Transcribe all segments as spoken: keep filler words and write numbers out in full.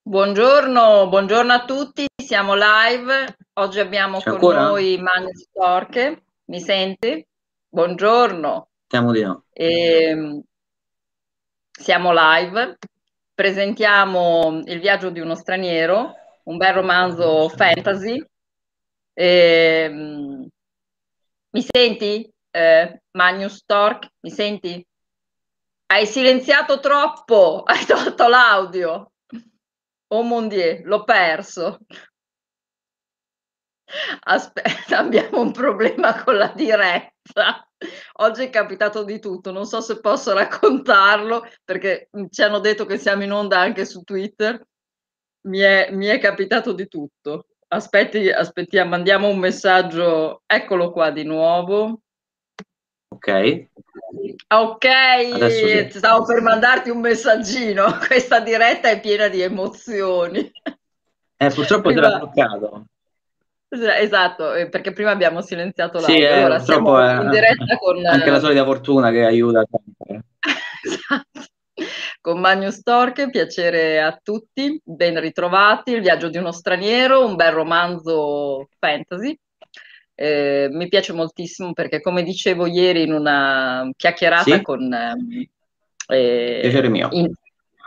Buongiorno, buongiorno a tutti, siamo live. Oggi abbiamo C'è con ancora? noi Manu Storche. Mi senti? Buongiorno. Temo di no. Ehm, Siamo live. Presentiamo Il viaggio di uno straniero, un bel romanzo fantasy. Ehm, Mi senti? Eh, Magnus Stork, mi senti? Hai silenziato troppo, hai tolto l'audio. Oh mon Dieu, l'ho perso. Aspetta, abbiamo un problema con la diretta. Oggi è capitato di tutto, non so se posso raccontarlo perché mm, ci hanno detto che siamo in onda anche su Twitter. Mi è, mi è capitato di tutto. Aspetti, aspettiamo, mandiamo un messaggio. Eccolo qua di nuovo. Ok, Ok, adesso sì. stavo per mandarti un messaggino. Questa diretta è piena di emozioni. Eh, purtroppo si era Prima, bloccato. esatto, eh, perché prima abbiamo silenziato Sì, l'audio. eh, Allora, purtroppo siamo è in diretta con, anche la eh, solita fortuna che aiuta sempre. esatto, con Magnus Torche, piacere a tutti, ben ritrovati. Il viaggio di uno straniero, un bel romanzo fantasy. Eh, mi piace moltissimo perché, come dicevo ieri in una chiacchierata Sì, con ehm, eh, piacere mio. in-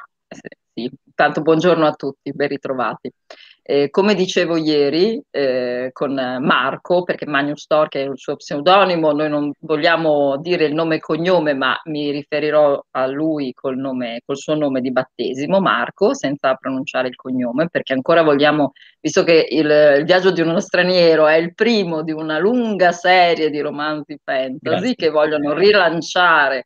sì, tanto buongiorno a tutti, ben ritrovati. Eh, come dicevo ieri eh, con Marco, perché Magnus Stork è il suo pseudonimo, noi non vogliamo dire il nome e cognome, ma mi riferirò a lui col nome, col suo nome di battesimo, Marco, senza pronunciare il cognome, perché ancora vogliamo, visto che il, il viaggio di uno straniero è il primo di una lunga serie di romanzi fantasy Grazie. che vogliono rilanciare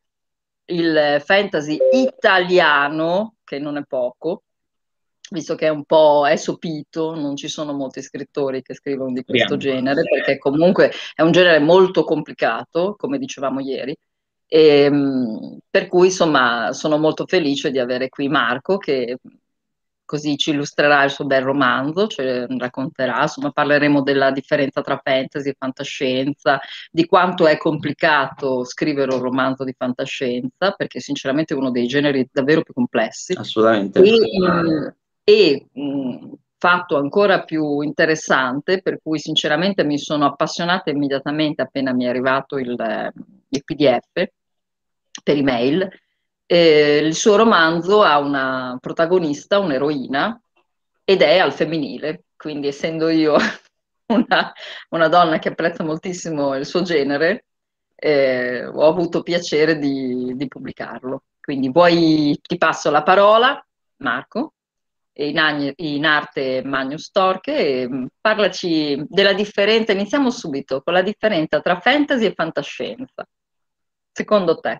il fantasy italiano, che non è poco, visto che è un po' è sopito, non ci sono molti scrittori che scrivono di questo Speriamo. genere, perché comunque è un genere molto complicato, come dicevamo ieri, e, mh, per cui insomma sono molto felice di avere qui Marco che così ci illustrerà il suo bel romanzo, ce ne racconterà, insomma parleremo della differenza tra fantasy e fantascienza, di quanto è complicato scrivere un romanzo di fantascienza, perché sinceramente è uno dei generi davvero più complessi. Assolutamente. E, mh, e mh, fatto ancora più interessante, per cui sinceramente mi sono appassionata immediatamente appena mi è arrivato il, eh, il P D F per email. Eh, il suo romanzo ha una protagonista, un'eroina, ed è al femminile, quindi essendo io una, una donna che apprezza moltissimo il suo genere, eh, ho avuto piacere di, di pubblicarlo. Quindi vuoi, ti passo la parola, Marco, e in, agn- in arte Magnus Torche, e mh, parlaci della differenza, iniziamo subito con la differenza tra fantasy e fantascienza. Secondo te,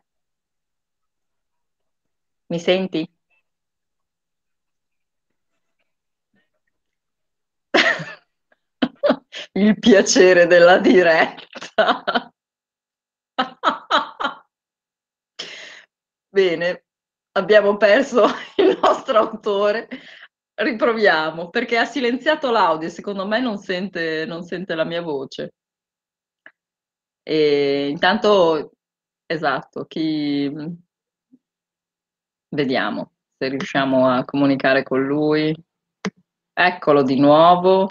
mi senti? Il piacere della diretta. Bene, abbiamo perso il nostro autore. Riproviamo, perché ha silenziato l'audio, secondo me non sente, non sente la mia voce. E intanto, esatto, chi... vediamo se riusciamo a comunicare con lui. Eccolo di nuovo.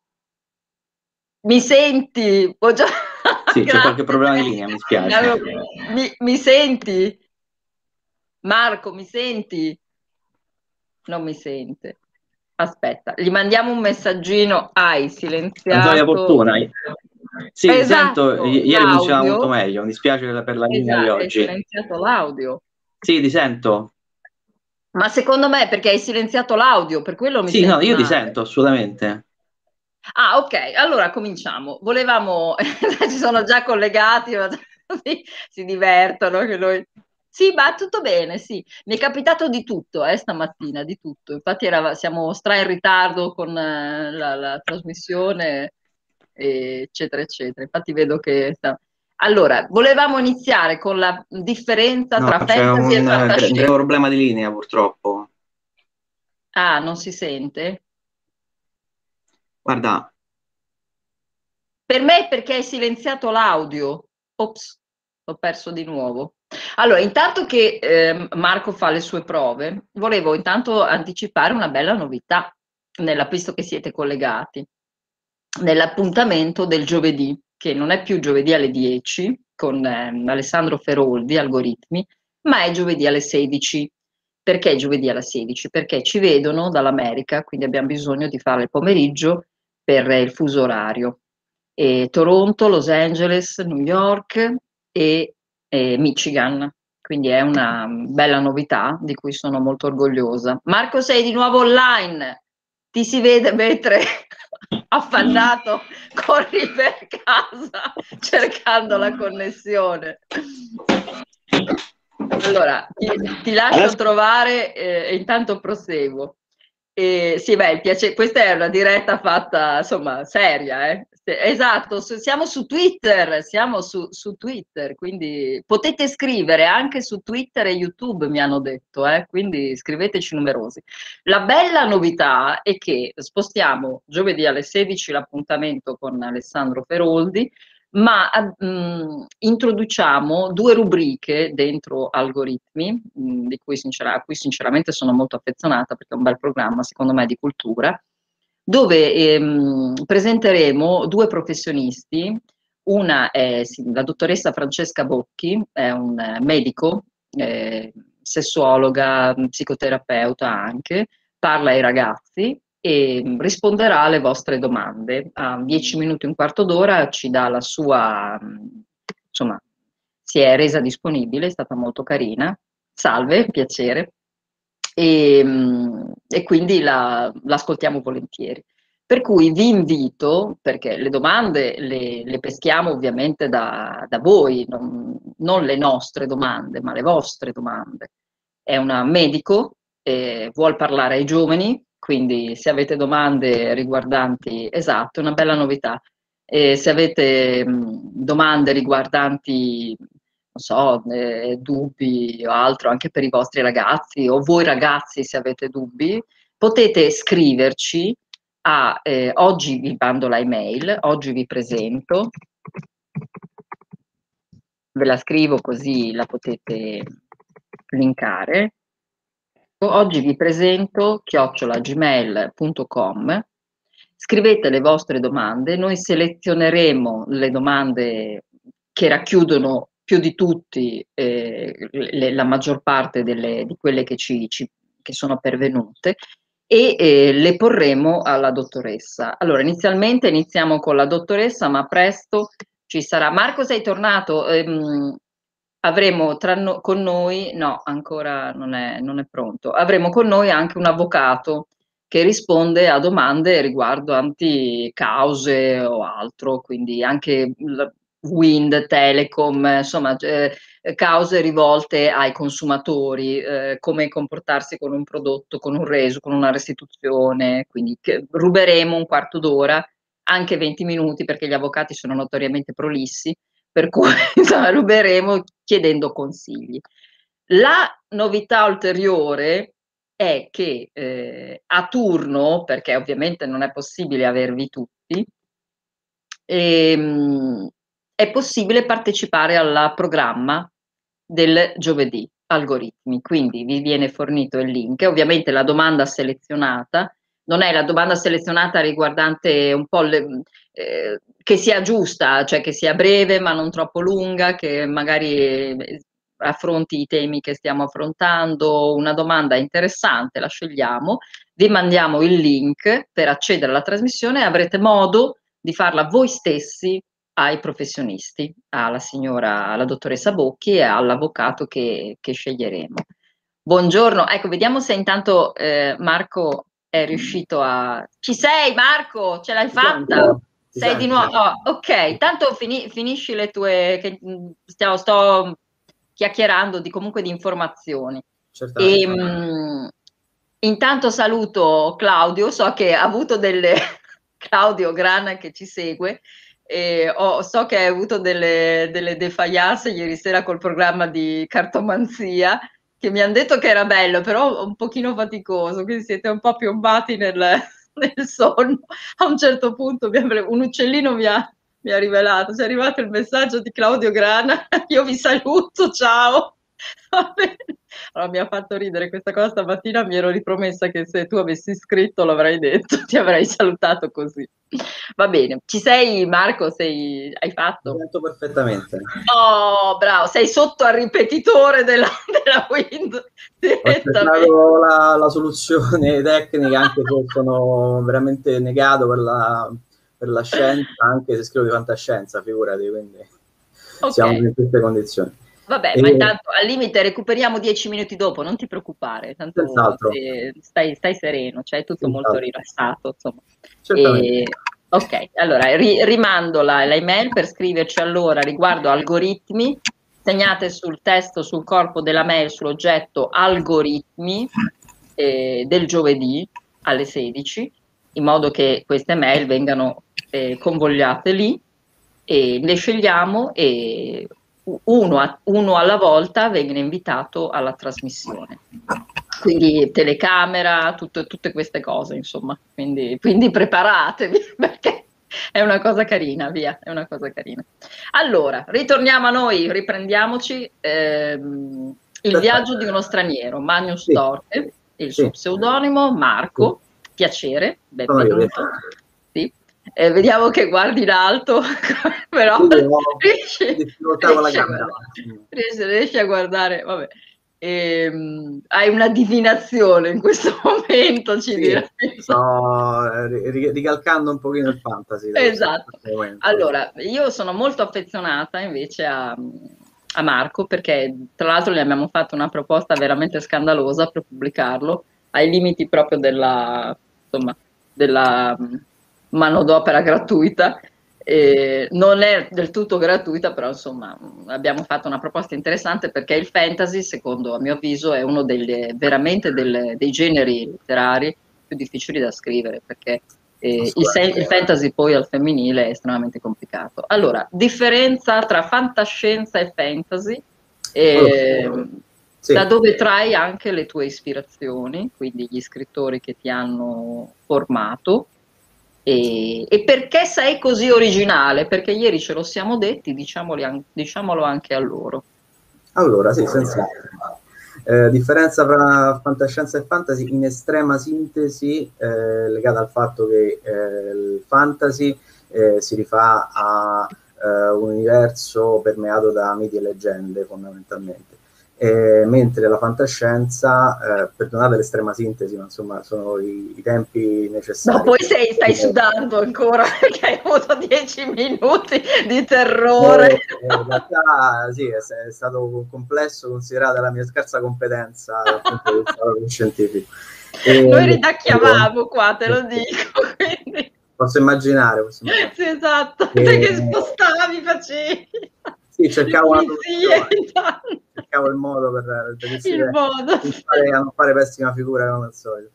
Mi senti? Buongiorno. Sì, c'è qualche Grazie. problema di linea, mi spiace. Mi, mi senti? Marco, mi senti? Non mi sente. Aspetta, gli mandiamo un messaggino. Hai La solita silenziato. fortuna. Sì, ti sento, Esatto, i- ieri funzionava molto l'audio. meglio, mi dispiace per la linea di Esatto, hai oggi. silenziato l'audio. Sì, ti sento. Ma secondo me è perché hai silenziato l'audio, per quello mi Sì, no, senti io ti male. sento, assolutamente. Ah, ok, allora cominciamo. Volevamo, ci sono già collegati, ma così si divertono che noi. Sì, ma tutto bene, sì. Mi è capitato di tutto, eh, stamattina, di tutto. Infatti era- siamo stra in ritardo con eh, la, la trasmissione, eccetera, eccetera. Infatti vedo che sta. Allora, volevamo iniziare con la differenza No, tra c'è fantasy e un eh, gra- grave fantascienza. problema di linea, purtroppo. Ah, non si sente? Guarda, Per me è perché hai silenziato l'audio. Ops. L'ho perso di nuovo. Allora, intanto che eh, Marco fa le sue prove, volevo intanto anticipare una bella novità, nella, visto che siete collegati, nell'appuntamento del giovedì, che non è più giovedì alle dieci con eh, Alessandro Feroldi, Algoritmi, ma è giovedì alle sedici. Perché giovedì alle sedici? Perché ci vedono dall'America, quindi abbiamo bisogno di fare il pomeriggio per il fuso orario. E Toronto, Los Angeles, New York e, e Michigan. Quindi è una bella novità di cui sono molto orgogliosa. Marco, sei di nuovo online, ti si vede mentre affannato corri per casa cercando la connessione. Allora, ti, ti lascio trovare eh, e intanto proseguo. E, sì, beh, il piace- questa è una diretta fatta, insomma, seria, eh? Esatto, su- siamo su Twitter, siamo su, su Twitter, quindi potete scrivere anche su Twitter e YouTube, mi hanno detto, eh? Quindi scriveteci numerosi. La bella novità è che spostiamo giovedì alle sedici l'appuntamento con Alessandro Feroldi, ma mh, introduciamo due rubriche dentro Algoritmi, mh, di cui sincera- a cui sinceramente sono molto affezionata perché è un bel programma, secondo me, di cultura, dove ehm, presenteremo due professionisti. Una è sì, la dottoressa Francesca Bocchi, è un eh, medico, eh, sessuologa, psicoterapeuta anche, parla ai ragazzi e mh, risponderà alle vostre domande. A dieci minuti, un quarto d'ora ci dà la sua, mh, insomma, si è resa disponibile, è stata molto carina. Salve, piacere. E, mh, e quindi la, l'ascoltiamo volentieri. Per cui vi invito, perché le domande le, le peschiamo ovviamente da, da voi, non, non le nostre domande, ma le vostre domande. È una medico, eh, vuol parlare ai giovani, quindi se avete domande riguardanti, esatto, è una bella novità. E se avete mh, domande riguardanti, non so, eh, dubbi o altro anche per i vostri ragazzi o voi ragazzi se avete dubbi, potete scriverci a, eh, oggi vi mando la email, oggi vi presento, ve la scrivo così la potete linkare. Oggi vi presento chiocciola gmail punto com, scrivete le vostre domande, noi selezioneremo le domande che racchiudono più di tutti eh, le- la maggior parte delle- di quelle che, ci, ci- che sono pervenute e eh, le porremo alla dottoressa. Allora, inizialmente iniziamo con la dottoressa, ma presto ci sarà. Marco, sei tornato? Ehm, avremo tra no- con noi, no, ancora non è, non è pronto. Avremo con noi anche un avvocato che risponde a domande riguardanti cause o altro, quindi anche l- Wind, Telecom, insomma, eh, cause rivolte ai consumatori, eh, come comportarsi con un prodotto, con un reso, con una restituzione, quindi che ruberemo un quarto d'ora, anche venti minuti, perché gli avvocati sono notoriamente prolissi, per cui insomma, ruberemo chiedendo consigli. La novità ulteriore è che eh, a turno, perché ovviamente non è possibile avervi tutti, ehm, è possibile partecipare al programma del giovedì, algoritmi. Quindi vi viene fornito il link, ovviamente la domanda selezionata non è la domanda selezionata riguardante un po' le, eh, che sia giusta, cioè che sia breve ma non troppo lunga, che magari eh, affronti i temi che stiamo affrontando, una domanda interessante, la scegliamo, vi mandiamo il link per accedere alla trasmissione e avrete modo di farla voi stessi ai professionisti, alla signora, alla dottoressa Bocchi e all'avvocato che, che sceglieremo. Buongiorno, ecco, vediamo se intanto eh, Marco è riuscito a... Ci sei Marco? Ce l'hai Ti fatta? sento, ti Sei di sento, ti nuovo? sento. Oh, ok, tanto fini- finisci le tue... Che, mh, stiamo, sto chiacchierando di, comunque di informazioni. E, Certamente. mh, intanto saluto Claudio, so che ha avuto delle... Claudio Grana che ci segue, e ho- so che hai avuto delle, delle défaillance ieri sera col programma di cartomanzia, che mi hanno detto che era bello, però un pochino faticoso, quindi siete un po' piombati nel, nel sonno. A un certo punto mi ha- un uccellino mi ha, mi ha rivelato, ci è arrivato il messaggio di Claudio Grana, io vi saluto, ciao. Va bene. Allora, mi ha fatto ridere questa cosa stamattina, mi ero ripromessa che se tu avessi scritto l'avrei detto, ti avrei salutato così. Va bene, ci sei Marco? Sei... Hai Mi fatto? sento perfettamente. Oh, bravo, sei sotto al ripetitore della, della Windows Ho direttamente. cercato la, la soluzione tecnica, anche se sono veramente negato per la, per la scienza, anche se scrivo di fantascienza, figurati, quindi Ok, siamo in queste condizioni. vabbè, ma E intanto al limite recuperiamo dieci minuti dopo, non ti preoccupare, tanto senz'altro, eh, stai, stai sereno, cioè è tutto molto senz'altro, rilassato, insomma. certamente. E, ok, allora ri- rimando la, la email per scriverci allora riguardo algoritmi, segnate sul testo, sul corpo della mail, sull'oggetto algoritmi eh, del giovedì alle sedici, in modo che queste mail vengano eh, convogliate lì e le scegliamo e uno, a- uno alla volta viene invitato alla trasmissione. Quindi telecamera, tutto- tutte queste cose, insomma. Quindi, quindi preparatevi perché è una cosa carina, via, è una cosa carina. Allora, ritorniamo a noi, riprendiamoci. ehm, il Perfetto. viaggio di uno straniero, Magnus Sì, Dorte, il suo sì, pseudonimo, sì, Marco, piacere, sono io, benvenuto. piacere. Sì. Eh, vediamo che guardi in alto, però Sì, ho riesci, difficoltà con la riesci a camera. guardare, riesci, riesci a guardare, vabbè. Ehm, hai una divinazione in questo momento, ci Sì, direi. sto eh, ri- ricalcando un pochino il fantasy da questo Esatto. momento. Allora, io sono molto affezionata invece a, a Marco perché tra l'altro gli abbiamo fatto una proposta veramente scandalosa per pubblicarlo ai limiti proprio della, insomma, della mh, manodopera gratuita. E non è del tutto gratuita, però insomma mh, abbiamo fatto una proposta interessante perché il fantasy, secondo a mio avviso, è uno delle, veramente delle- dei generi letterari più difficili da scrivere perché eh, il, sen- il Assolutamente. fantasy poi al femminile è estremamente complicato. Allora, differenza tra fantascienza e fantasy, Allora, eh, da sì, dove trai anche le tue ispirazioni, quindi gli scrittori che ti hanno formato, e, e perché sei così originale? Perché ieri ce lo siamo detti, diciamoli an- diciamolo anche a loro. allora sì, senz'altro. Eh, differenza tra fantascienza e fantasy in estrema sintesi, eh, legata al fatto che eh, il fantasy eh, si rifà a eh, un universo permeato da miti e leggende fondamentalmente. Eh, mentre la fantascienza, eh, perdonate l'estrema sintesi, ma insomma sono i, i tempi No, necessari. poi sei, stai Eh, sudando ancora perché hai avuto dieci minuti di terrore. Eh, in realtà sì, è, è stato complesso considerata la mia scarsa competenza dal punto di vista scientifico. Noi E, ridacchiavamo qua, te lo dico, quindi posso immaginare, posso immaginare. sì, esatto, te E, che spostavi, facevi sì, le cercavo una pulizie soluzione, intanto. cercavo il modo per, per riuscire Il a modo, non sì. fare, a non fare pessima figura come al solito.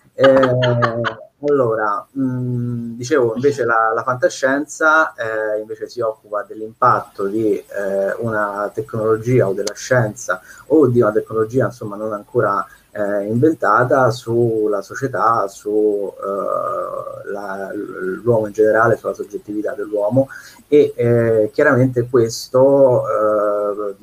Eh, allora, mh, dicevo invece la, la fantascienza eh, invece si occupa dell'impatto di eh, una tecnologia o della scienza o di una tecnologia insomma non ancora eh, inventata sulla società, su eh, la- l'uomo in generale, sulla soggettività dell'uomo e eh, chiaramente questo eh,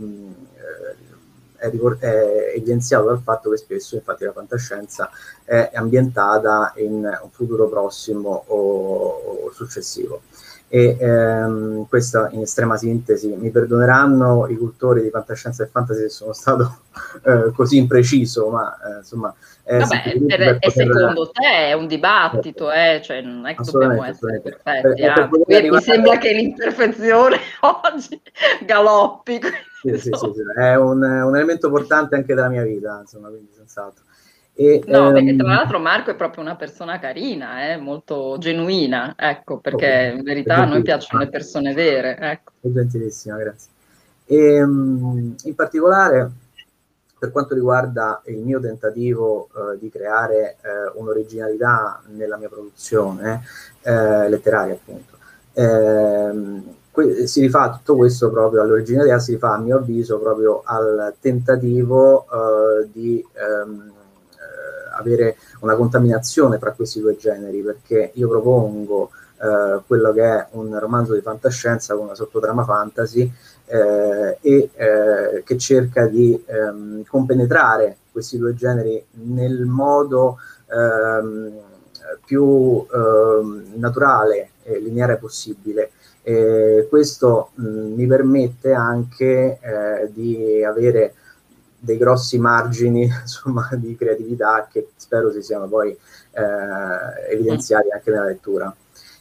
è, è evidenziato dal fatto che spesso infatti la fantascienza è ambientata in un futuro prossimo o, o successivo. E ehm, questa in estrema sintesi, mi perdoneranno i cultori di fantascienza e fantasy se sono stato eh, così impreciso, ma eh, insomma è Vabbè, semplicemente per per- e poter... secondo te è un Eh, dibattito, eh? Cioè, non è che dobbiamo assolutamente, essere assolutamente. Per, perfetti, è per anzi, poter qui mi arrivare... sembra che l'imperfezione oggi galoppi, quindi, Sì, sì, sì, insomma. sì. È un, un elemento portante anche della mia vita, insomma, quindi senz'altro. E, No, perché tra ehm, l'altro Marco è proprio una persona carina, eh, molto genuina, ecco, oh, perché in è verità a noi piacciono le gentilissima, persone vere, ecco. è gentilissima, grazie. E, um, in particolare, per quanto riguarda il mio tentativo eh, di creare eh, un'originalità nella mia produzione eh, letteraria, appunto, ehm, que- si rifà tutto questo proprio all'originalità, si rifà a mio avviso proprio al tentativo eh, di ehm, eh, avere una contaminazione tra questi due generi, perché io propongo eh, quello che è un romanzo di fantascienza con una sottotrama fantasy, eh, e eh, che cerca di ehm, compenetrare questi due generi nel modo ehm, più ehm, naturale e lineare possibile. E questo mh, mi permette anche eh, di avere dei grossi margini, insomma, di creatività che spero si siano poi eh, evidenziati anche nella lettura.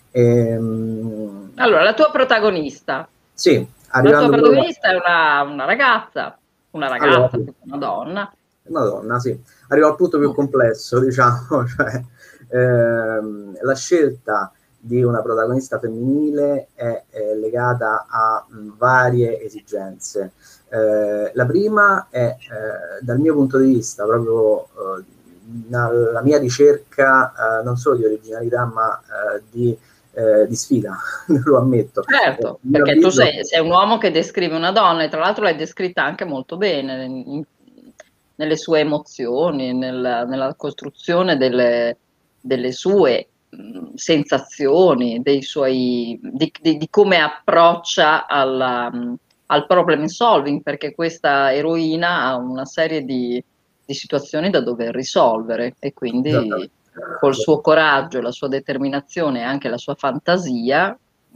Ehm, Allora, la tua protagonista. sì, La tua arrivando proprio protagonista è una, una ragazza, una allora, ragazza, sì, una donna. una donna, sì. Arrivo al punto più Mm. complesso, diciamo, cioè ehm, la scelta di una protagonista femminile è, è legata a mh, varie esigenze. Eh, la prima è, eh, dal mio punto di vista, proprio eh, la mia ricerca eh, non solo di originalità, ma eh, di, eh, di sfida, lo ammetto. Eh, a Certo, mio perché tu avviso, sei, sei un uomo che descrive una donna e tra l'altro l'hai descritta anche molto bene in- nelle sue emozioni, nella, nella costruzione delle, delle sue mh, sensazioni, dei suoi, di, di- di come approccia alla- mh, al problem solving, perché questa eroina ha una serie di, di situazioni da dover risolvere e quindi esattamente. col suo coraggio, la sua determinazione e anche la sua fantasia,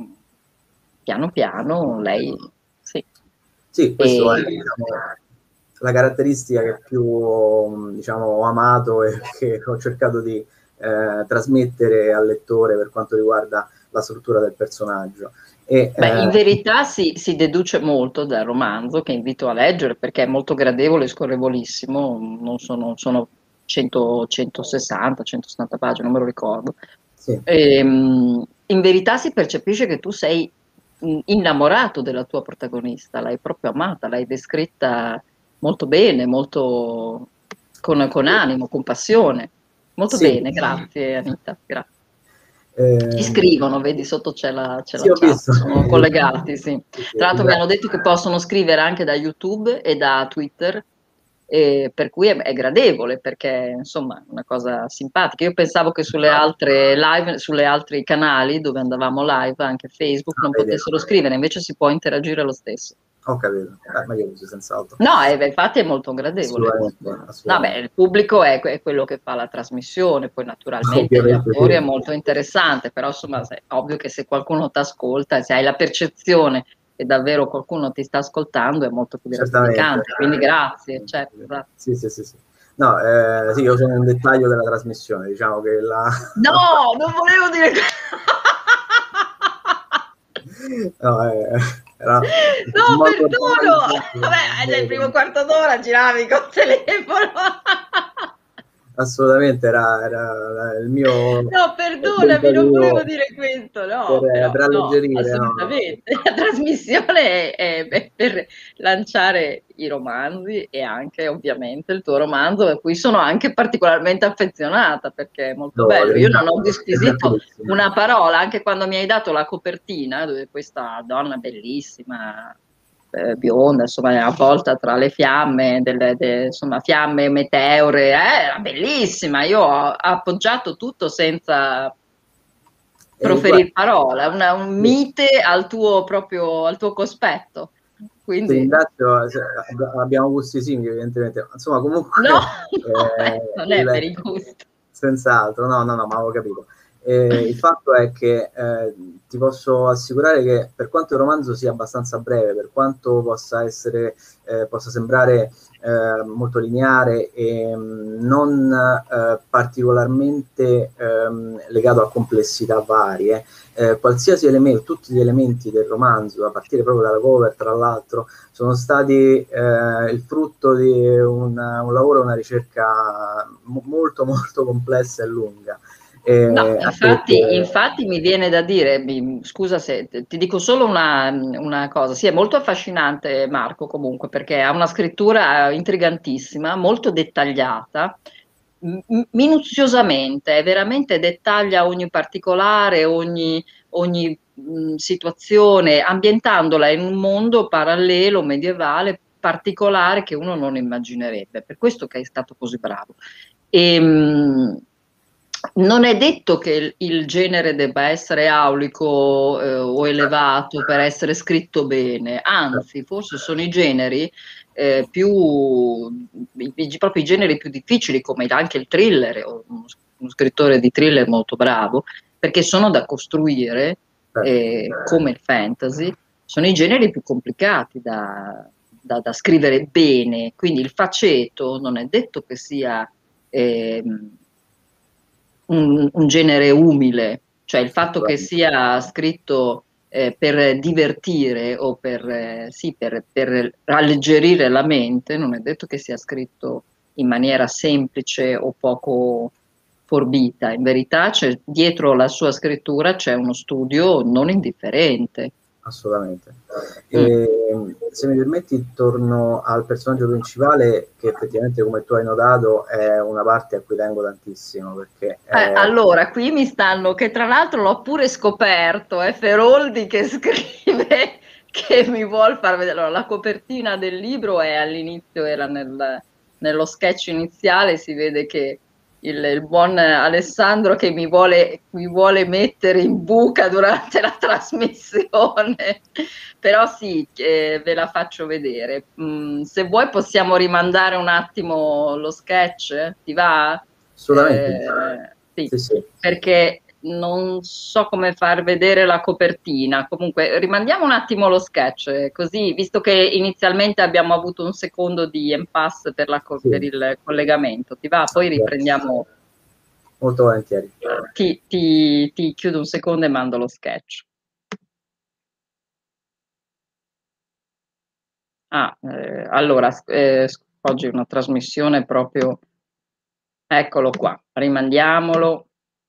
piano piano lei sì. Sì, questo è, E, diciamo, la caratteristica che più, diciamo, ho amato e che ho cercato di eh, trasmettere al lettore per quanto riguarda la struttura del personaggio. E, beh, eh, in verità si, si deduce molto dal romanzo che invito a leggere perché è molto gradevole e scorrevolissimo, non sono, sono cento, centosessanta, centosettanta pagine, non me lo ricordo. sì, Ehm, in verità si percepisce che tu sei mh, innamorato della tua protagonista, l'hai proprio amata, l'hai descritta molto bene, molto con, con animo, con passione. Molto sì, bene, grazie Anita, grazie. Ti ehm, scrivono, vedi, sotto c'è la, c'è sì, la ho chat, visto. sono collegati, sì. Sì, sì, Tra l'altro mi hanno ringrazio. detto che possono scrivere anche da YouTube e da Twitter, e per cui è, è gradevole, perché insomma è una cosa simpatica. Io pensavo che sulle altre live, sulle altri canali dove andavamo live, anche Facebook, Ah, non vedi, potessero scrivere, invece si può interagire lo stesso. ho capito. Eh, ma io così, senz'altro. No, e beh, infatti è molto gradevole. Assolutamente, No, beh, assolutamente. il pubblico è, è quello che fa la trasmissione, poi naturalmente gli Ovviamente autori è sì. molto interessante, però insomma è ovvio che se qualcuno ti ascolta, se hai la percezione che davvero qualcuno ti sta ascoltando è molto più Certamente. gratificante, quindi grazie, certo, grazie. Sì, sì, sì, sì. No, eh, sì, io sono un dettaglio della trasmissione, diciamo che la... No, non volevo dire no, eh, era un no, modo perdono! Vabbè, nel primo ormai- quarto d'ora giravi col telefono. assolutamente era, era il mio No, perdonami, non volevo tentativo dire questo, per, no, però per no, alleggerire, no, no. assolutamente. La trasmissione è, è per lanciare i romanzi e anche ovviamente il tuo romanzo, a cui sono anche particolarmente affezionata perché è molto No, ti bello. Io non ho ringrazio, è disquisito gentilissimo. una parola, anche quando mi hai dato la copertina, dove questa donna bellissima, eh, bionda, insomma, avvolta tra le fiamme, delle, de- insomma, fiamme meteore, eh, era bellissima. Io ho appoggiato tutto senza E guarda, proferire parola, una- un mite al tuo proprio al tuo cospetto. ti Quindi, ringrazio, se- abbiamo gusti simili evidentemente, insomma no, comunque eh, non è per il, il gusto. senz'altro, no, no, no, ma avevo capito. Eh, il fatto è che eh, ti posso assicurare che per quanto il romanzo sia abbastanza breve, per quanto possa essere, eh, possa sembrare eh, molto lineare e mh, non eh, particolarmente ehm, legato a complessità varie, eh, qualsiasi elemento, tutti gli elementi del romanzo, a partire proprio dalla cover, tra l'altro, sono stati eh, il frutto di un, un lavoro, una ricerca mo- molto molto complessa e lunga. No, Eh, anche infatti, perché infatti mi viene da dire, mi- scusa se ti dico solo una, una cosa, sì, è molto affascinante Marco comunque perché ha una scrittura intrigantissima, molto dettagliata, m- m- minuziosamente, veramente dettaglia ogni particolare, ogni, ogni mh, situazione, ambientandola in un mondo parallelo, medievale, particolare che uno non immaginerebbe, per questo che è stato così bravo. E, mh, non è detto che il, il genere debba essere aulico eh, o elevato per essere scritto bene, anzi, forse sono i generi eh, più, i, i- proprio i generi più difficili, come anche il thriller, o uno, uno scrittore di thriller molto bravo, perché sono da costruire, eh, come il fantasy, sono i generi più complicati da, da- da scrivere bene, quindi il faceto non è detto che sia ehm, un, un genere umile, cioè il fatto che sia scritto eh, per divertire o per, eh, sì, per, per alleggerire la mente, non è detto che sia scritto in maniera semplice o poco forbita. In verità c'è, dietro la sua scrittura c'è uno studio non indifferente. Assolutamente. Mm. E, se mi permetti, torno al personaggio principale, che effettivamente, come tu hai notato, è una parte a cui tengo tantissimo, perché Eh, è... allora, qui mi stanno, che tra l'altro l'ho pure scoperto, è Feroldi che scrive che mi vuol far vedere. Allora, la copertina del libro è all'inizio, era nel- nello sketch iniziale, si vede che il, il buon Alessandro che mi vuole, mi vuole mettere in buca durante la trasmissione. Però sì, eh, ve la faccio vedere. Mm, se vuoi possiamo rimandare un attimo lo sketch, ti va? Assolutamente. Eh, sì, Sì, sì. perché non so come far vedere la copertina. Comunque, rimandiamo un attimo lo sketch, eh, così, visto che inizialmente abbiamo avuto un secondo di impasse per, la co- per Sì. il collegamento. Ti va? Poi riprendiamo. Molto volentieri. Ti, ti- ti chiudo un secondo e mando lo sketch. Ah, eh, allora, eh, oggi è una trasmissione proprio. Eccolo qua, rimandiamolo.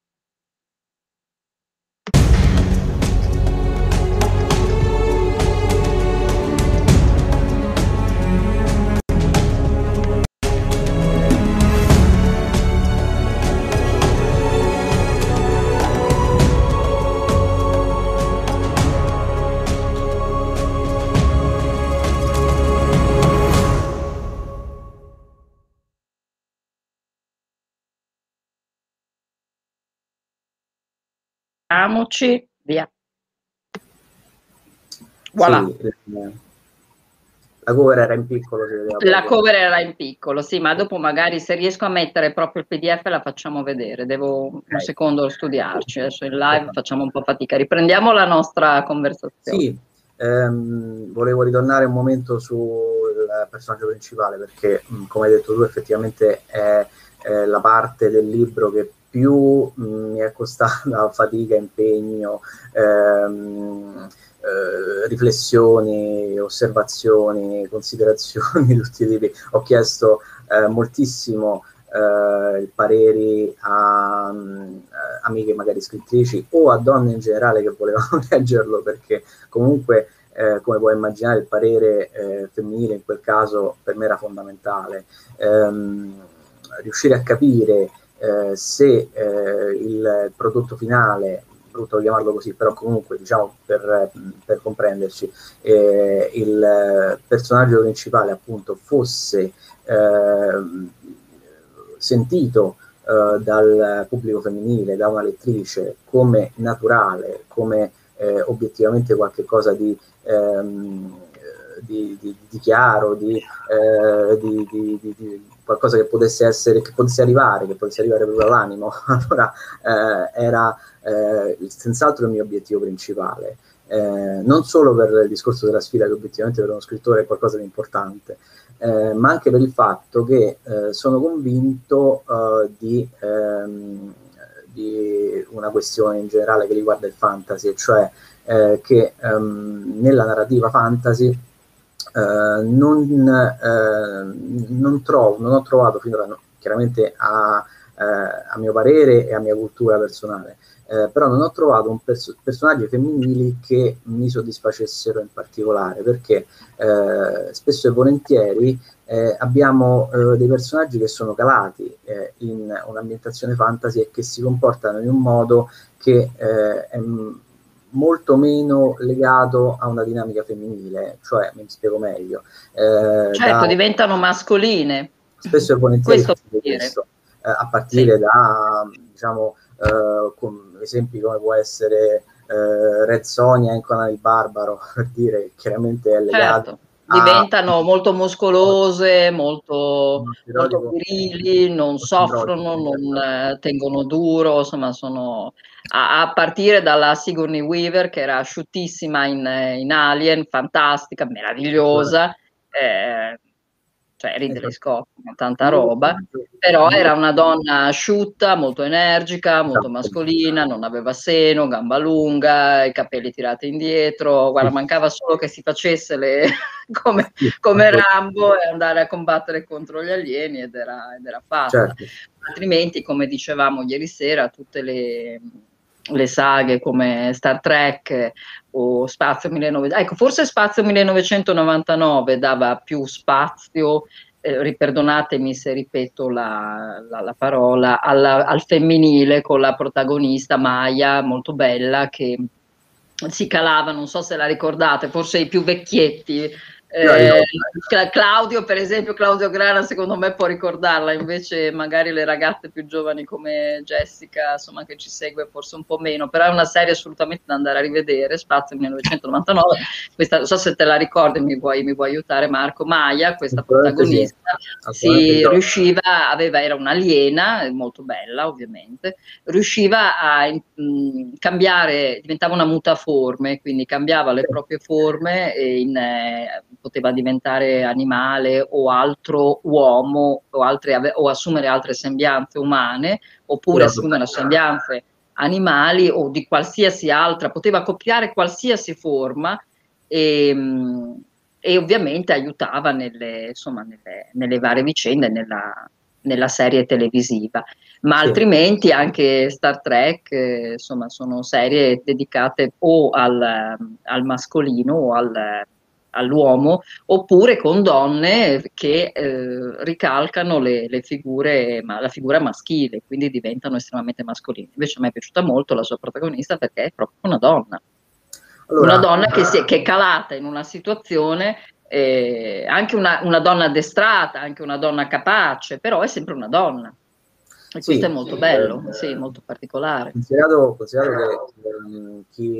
Amoci, via. Voilà. Sì, eh, la cover era in piccolo, si vedeva La poco. cover era in piccolo, sì, ma dopo magari se riesco a mettere proprio il P D F la facciamo vedere. Devo un Ok. secondo studiarci. Adesso in live Perfetto. facciamo un po' fatica. Riprendiamo la nostra conversazione. Sì, ehm, volevo ritornare un momento sul personaggio principale, perché, mh, come hai detto tu, effettivamente è, è la parte del libro che più mh, mi è costata fatica, impegno, ehm, eh, riflessioni, osservazioni, considerazioni di tutti i tipi. Ho chiesto eh, moltissimo eh, pareri a um, amiche magari scrittrici o a donne in generale che volevano leggerlo, perché comunque eh, come puoi immaginare il parere eh, femminile in quel caso per me era fondamentale. Ehm, riuscire a capire eh, se eh, il prodotto finale, brutto chiamarlo così, però comunque diciamo per, per comprenderci, eh, il personaggio principale appunto fosse eh, sentito eh, dal pubblico femminile, da una lettrice, come naturale, come eh, obiettivamente qualcosa di, ehm, di, di, di chiaro, di, eh, di, di, di qualcosa che potesse essere, che potesse arrivare, che potesse arrivare proprio all'animo. Allora eh, era eh, senz'altro il mio obiettivo principale. Eh, non solo per il discorso della sfida, che obiettivamente per uno scrittore è qualcosa di importante, eh, ma anche per il fatto che eh, sono convinto eh, di, ehm, di una questione in generale che riguarda il fantasy, cioè eh, che ehm, nella narrativa fantasy eh, non, eh, non, trovo, non ho trovato finora, no, chiaramente a, eh, a mio parere e a mia cultura personale, eh, però non ho trovato un pers- personaggi femminili che mi soddisfacessero in particolare, perché eh, spesso e volentieri eh, abbiamo eh, dei personaggi che sono calati eh, in un'ambientazione fantasy e che si comportano in un modo che eh, è molto meno legato a una dinamica femminile, cioè mi spiego meglio. Eh, Certo, da, diventano mascoline. spesso e volentieri Questo succede vuol dire. questo. a partire sì. da, diciamo, eh, com- esempi come può essere eh, Red Sonja in Conan il Barbaro, per dire che chiaramente è legato Certo, a diventano molto muscolose, molto, uno molto stereotipo virili, non soffrono, non eh, tengono duro, insomma sono a, a partire dalla Sigourney Weaver che era asciuttissima in, in Alien, fantastica, meravigliosa, eh, cioè Ridley esatto. Scott, tanta Io, roba, però io- era una donna asciutta, molto energica, molto esatto. mascolina, non aveva seno, gamba lunga, i capelli tirati indietro, guarda, Sì, mancava solo che si facesse le, come, sì, come assolut- Rambo e andare a combattere contro gli alieni ed era, ed era fatta. certo. Altrimenti, come dicevamo ieri sera, tutte le, le saghe come Star Trek o Spazio millenovecento, ecco, forse Spazio millenovecentonovantanove dava più spazio, eh, riperdonatemi se ripeto la, la- la parola, alla- al femminile con la protagonista Maya, molto bella, che si calava, non so se la ricordate, forse i più vecchietti. Io la Eh, ricordo. Cla- Claudio, per esempio, Claudio Grana, secondo me può ricordarla, invece magari le ragazze più giovani come Jessica, insomma, che ci segue forse un po' meno, però è una serie assolutamente da andare a rivedere, Spazio millenovecentonovantanove, questa, non so se te la ricordi, mi vuoi, mi vuoi aiutare Marco, Maya, questa Assolutamente sì, protagonista, assolutamente si sì. riusciva, aveva, era un'aliena, molto bella ovviamente, riusciva a mh, cambiare, diventava una mutaforme, quindi cambiava le proprie forme e in, eh, poteva diventare animale o altro uomo o, altre, o assumere altre sembianze umane oppure Molto assumere bello. sembianze animali o di qualsiasi altra, poteva copiare qualsiasi forma e, mh, e ovviamente aiutava nelle, insomma, nelle, nelle varie vicende, nella, nella serie televisiva ma Sì, altrimenti anche Star Trek, eh, insomma, sono serie dedicate o al, al mascolino o al- all'uomo, oppure con donne che eh, ricalcano le, le figure, ma la figura maschile, quindi diventano estremamente mascolini. Invece a me è piaciuta molto la sua protagonista perché è proprio una donna, una allora, donna che, si è, che è calata in una situazione, eh, anche una, una donna addestrata, anche una donna capace, però è sempre una donna. E questo è sì, molto eh, bello, sì, molto particolare. considerato, considerato che ehm, chi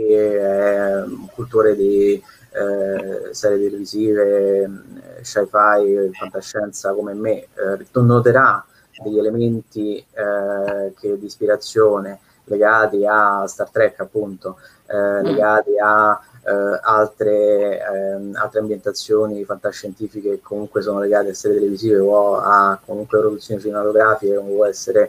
è un cultore di eh, serie televisive, eh, sci-fi, fantascienza come me, eh, noterà degli elementi eh, che, di ispirazione legati a Star Trek, appunto, eh, Mm. legati a eh, altre, ehm, altre ambientazioni fantascientifiche che comunque sono legate a serie televisive o a comunque produzioni cinematografiche, come può essere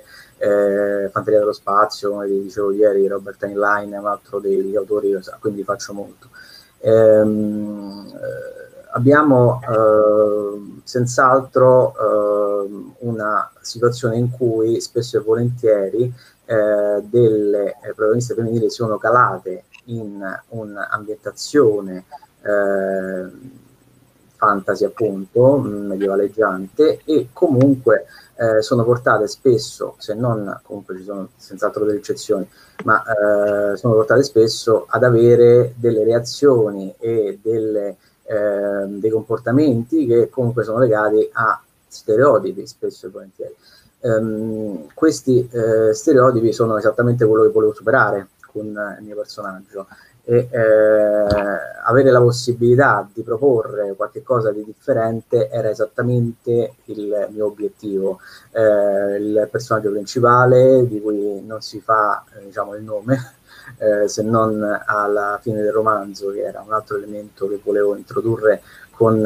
eh, Fanteria dello Spazio, come vi dicevo ieri, Robert Heinlein è un altro degli autori, quindi faccio molto. Ehm, eh, abbiamo eh, senz'altro eh, una situazione in cui spesso e volentieri eh, delle eh, protagoniste femminili sono calate in un'ambientazione eh, fantasy, appunto, medievaleggiante, e comunque eh, sono portate spesso, se non, comunque ci sono senz'altro delle eccezioni, ma eh, sono portate spesso ad avere delle reazioni e delle, eh, dei comportamenti che comunque sono legati a stereotipi, spesso e volentieri. Um, questi eh, stereotipi sono esattamente quello che volevo superare con il mio personaggio, e eh, avere la possibilità di proporre qualche cosa di differente era esattamente il mio obiettivo. Eh, il personaggio principale, di cui non si fa eh, diciamo il nome, eh, se non alla fine del romanzo, che era un altro elemento che volevo introdurre con,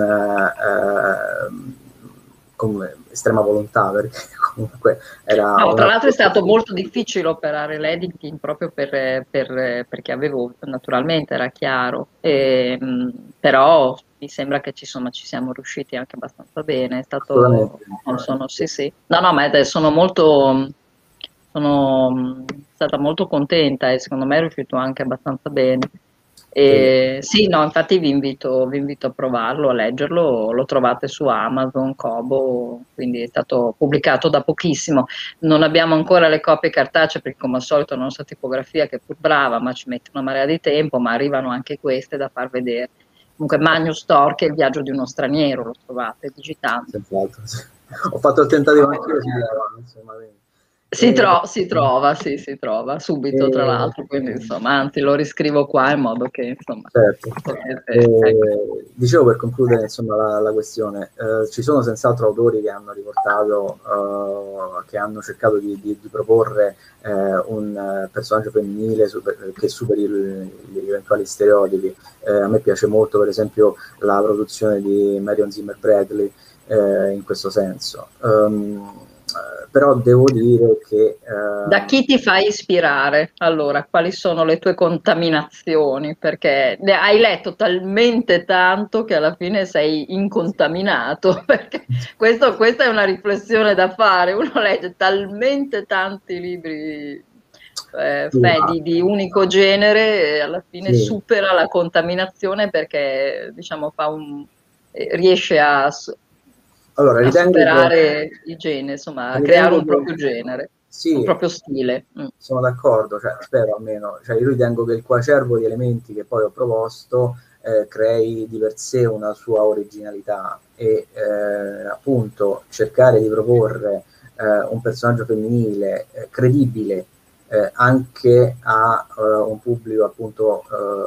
eh, con estrema volontà, perché comunque era No, tra una... l'altro è stato molto difficile operare l'editing proprio per, per- perché avevo, naturalmente era chiaro, e, mh, però mi sembra che ci, insomma, ci siamo riusciti anche abbastanza bene, è Assolutamente. stato, non sono, sì, sì. No, no, ma è- sono molto, sono mh, stata molto contenta e secondo me è riuscito anche abbastanza bene. Sì. E, sì, no, infatti vi invito, vi invito a provarlo, a leggerlo, lo trovate su Amazon, Kobo, quindi è stato pubblicato da pochissimo. Non abbiamo ancora le copie cartacee perché come al solito la nostra tipografia, che è pur brava, ma ci mette una marea di tempo, ma arrivano anche queste da far vedere. Comunque Magnus Stork è il viaggio di uno straniero, lo trovate digitando. Senz'altro, sì. Ho fatto il tentativo anche io, si trova, insomma, quindi. Si, E, tro- si trova, sì, si trova subito, tra e, l'altro, quindi insomma, anzi lo riscrivo qua in modo che insomma certo. potete, ecco. Eh, dicevo per concludere insomma la, la questione, eh, ci sono senz'altro autori che hanno riportato, eh, che hanno cercato di, di, di proporre eh, un eh, personaggio femminile super, che superi il, gli eventuali stereotipi. Eh, a me piace molto per esempio la produzione di Marion Zimmer Bradley eh, in questo senso. Um, però devo dire che Da ehm, chi ti fai ispirare? Allora, quali sono le tue contaminazioni? Perché ne hai letto talmente tanto che alla fine sei incontaminato, perché questo- questa è una riflessione da fare. Uno legge talmente tanti libri eh, sì, fe- di, di unico genere e alla fine sì. supera la contaminazione perché, diciamo, fa un, eh, riesce a, s- Allora a ritengo che, superare il genere, insomma, a creare ritengo un che proprio genere, un sì, proprio stile. Mm. sono d'accordo, cioè, spero almeno, cioè, io ritengo che il coacervo di elementi che poi ho proposto eh, crei di per sé una sua originalità e eh, appunto cercare di proporre eh, un personaggio femminile eh, credibile eh, anche a uh, un pubblico appunto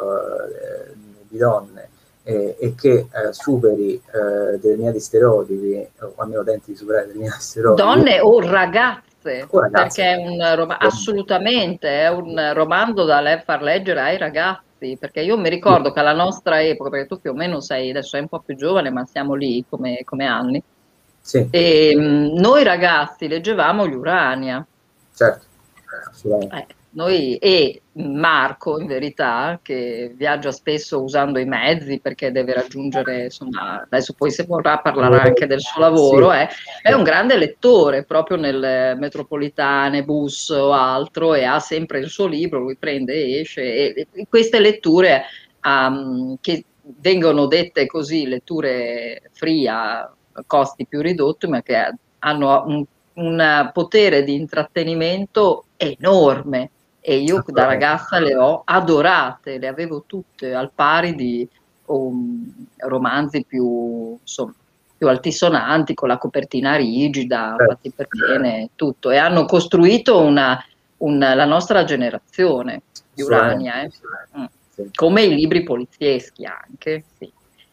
uh, di donne eh, e che eh, superi eh, determinati stereotipi o almeno tenti di superare determinati stereotipi Donne o ragazze, o ragazze. perché è un rom- assolutamente è un romanzo da le- far leggere ai ragazzi, perché io mi Sì, ricordo che alla nostra epoca, perché tu più o meno sei, adesso sei un po' più giovane, ma siamo lì come, come anni, sì, e mh, noi ragazzi leggevamo gli Urania. certo, assolutamente. Eh, noi, e Marco, in verità, che viaggia spesso usando i mezzi perché deve raggiungere, insomma, adesso poi se vorrà parlerà Eh, anche del suo sì, lavoro, eh, è sì, un grande lettore proprio nelle metropolitane, bus o altro, e ha sempre il suo libro, lui prende e esce, e, e queste letture um, che vengono dette così, letture free a costi più ridotti, ma che hanno un un potere di intrattenimento enorme e io da assolutamente. ragazza le ho adorate, le avevo tutte al pari di um, romanzi più, insomma, più altisonanti, con la copertina rigida, Certo, fatti per bene, tutto. E hanno costruito una, un- la nostra generazione di assolutamente. Urania, eh. Mm. Sì. Come i libri polizieschi anche, sì.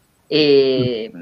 E,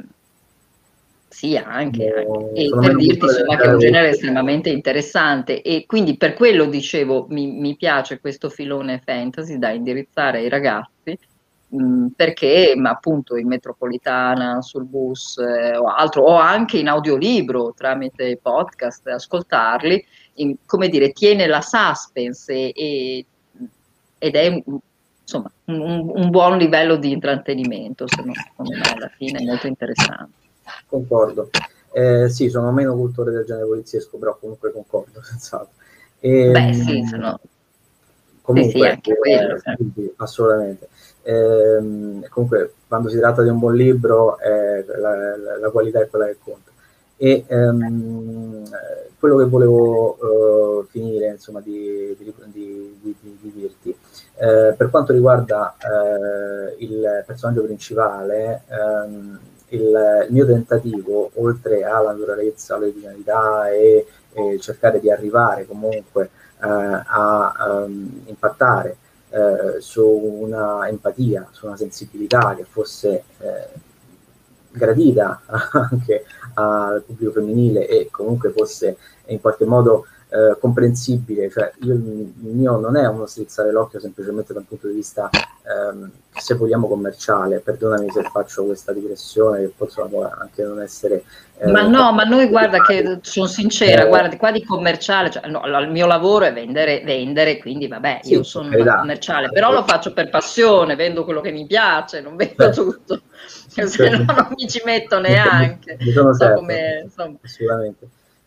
sì, anche, anche. Sono, E sono per meno dirti cultore del insomma che è un genere. genere estremamente interessante e quindi per quello dicevo mi, mi piace questo filone fantasy da indirizzare ai ragazzi mh, perché ma appunto in metropolitana, sul bus eh, o altro o anche in audiolibro tramite podcast, ascoltarli, in- come dire, tiene la suspense e, e- ed è un- insomma un, un- un buon livello di intrattenimento, secondo me alla fine è molto interessante. Concordo. Eh, sì, sono meno cultore del genere poliziesco, però comunque concordo, senz'altro. E, Beh, sì, mh, sono... sì, sì, comunque, anche quello. eh, sì, sì, assolutamente. Ehm, comunque, quando si tratta di un buon libro, eh, la, la, la qualità è quella che conta. E ehm, quello che volevo eh, finire, insomma, di, di, di, di, di dirti, eh, per quanto riguarda eh, il personaggio principale, ehm, il, il mio tentativo, oltre alla naturalezza, all'originalità e, e cercare di arrivare comunque eh, a um, impattare eh, su una empatia, su una sensibilità che fosse eh, gradita anche al pubblico femminile e comunque fosse in qualche modo eh, comprensibile, cioè io, il mio non è uno strizzare l'occhio semplicemente da un punto di vista ehm, se vogliamo commerciale, perdonami se faccio questa digressione che poi può anche non essere Ma eh, no, ma noi guarda che sono sincera, eh, guarda, qua di commerciale, cioè, no, il mio lavoro è vendere, vendere, quindi vabbè, io sì, per sono una carità, commerciale, però lo faccio per passione, vendo quello che mi piace, non vendo certo, tutto, se no certo, non mi ci metto ne sono, neanche, ne sono so certo, come, insomma. assolutamente.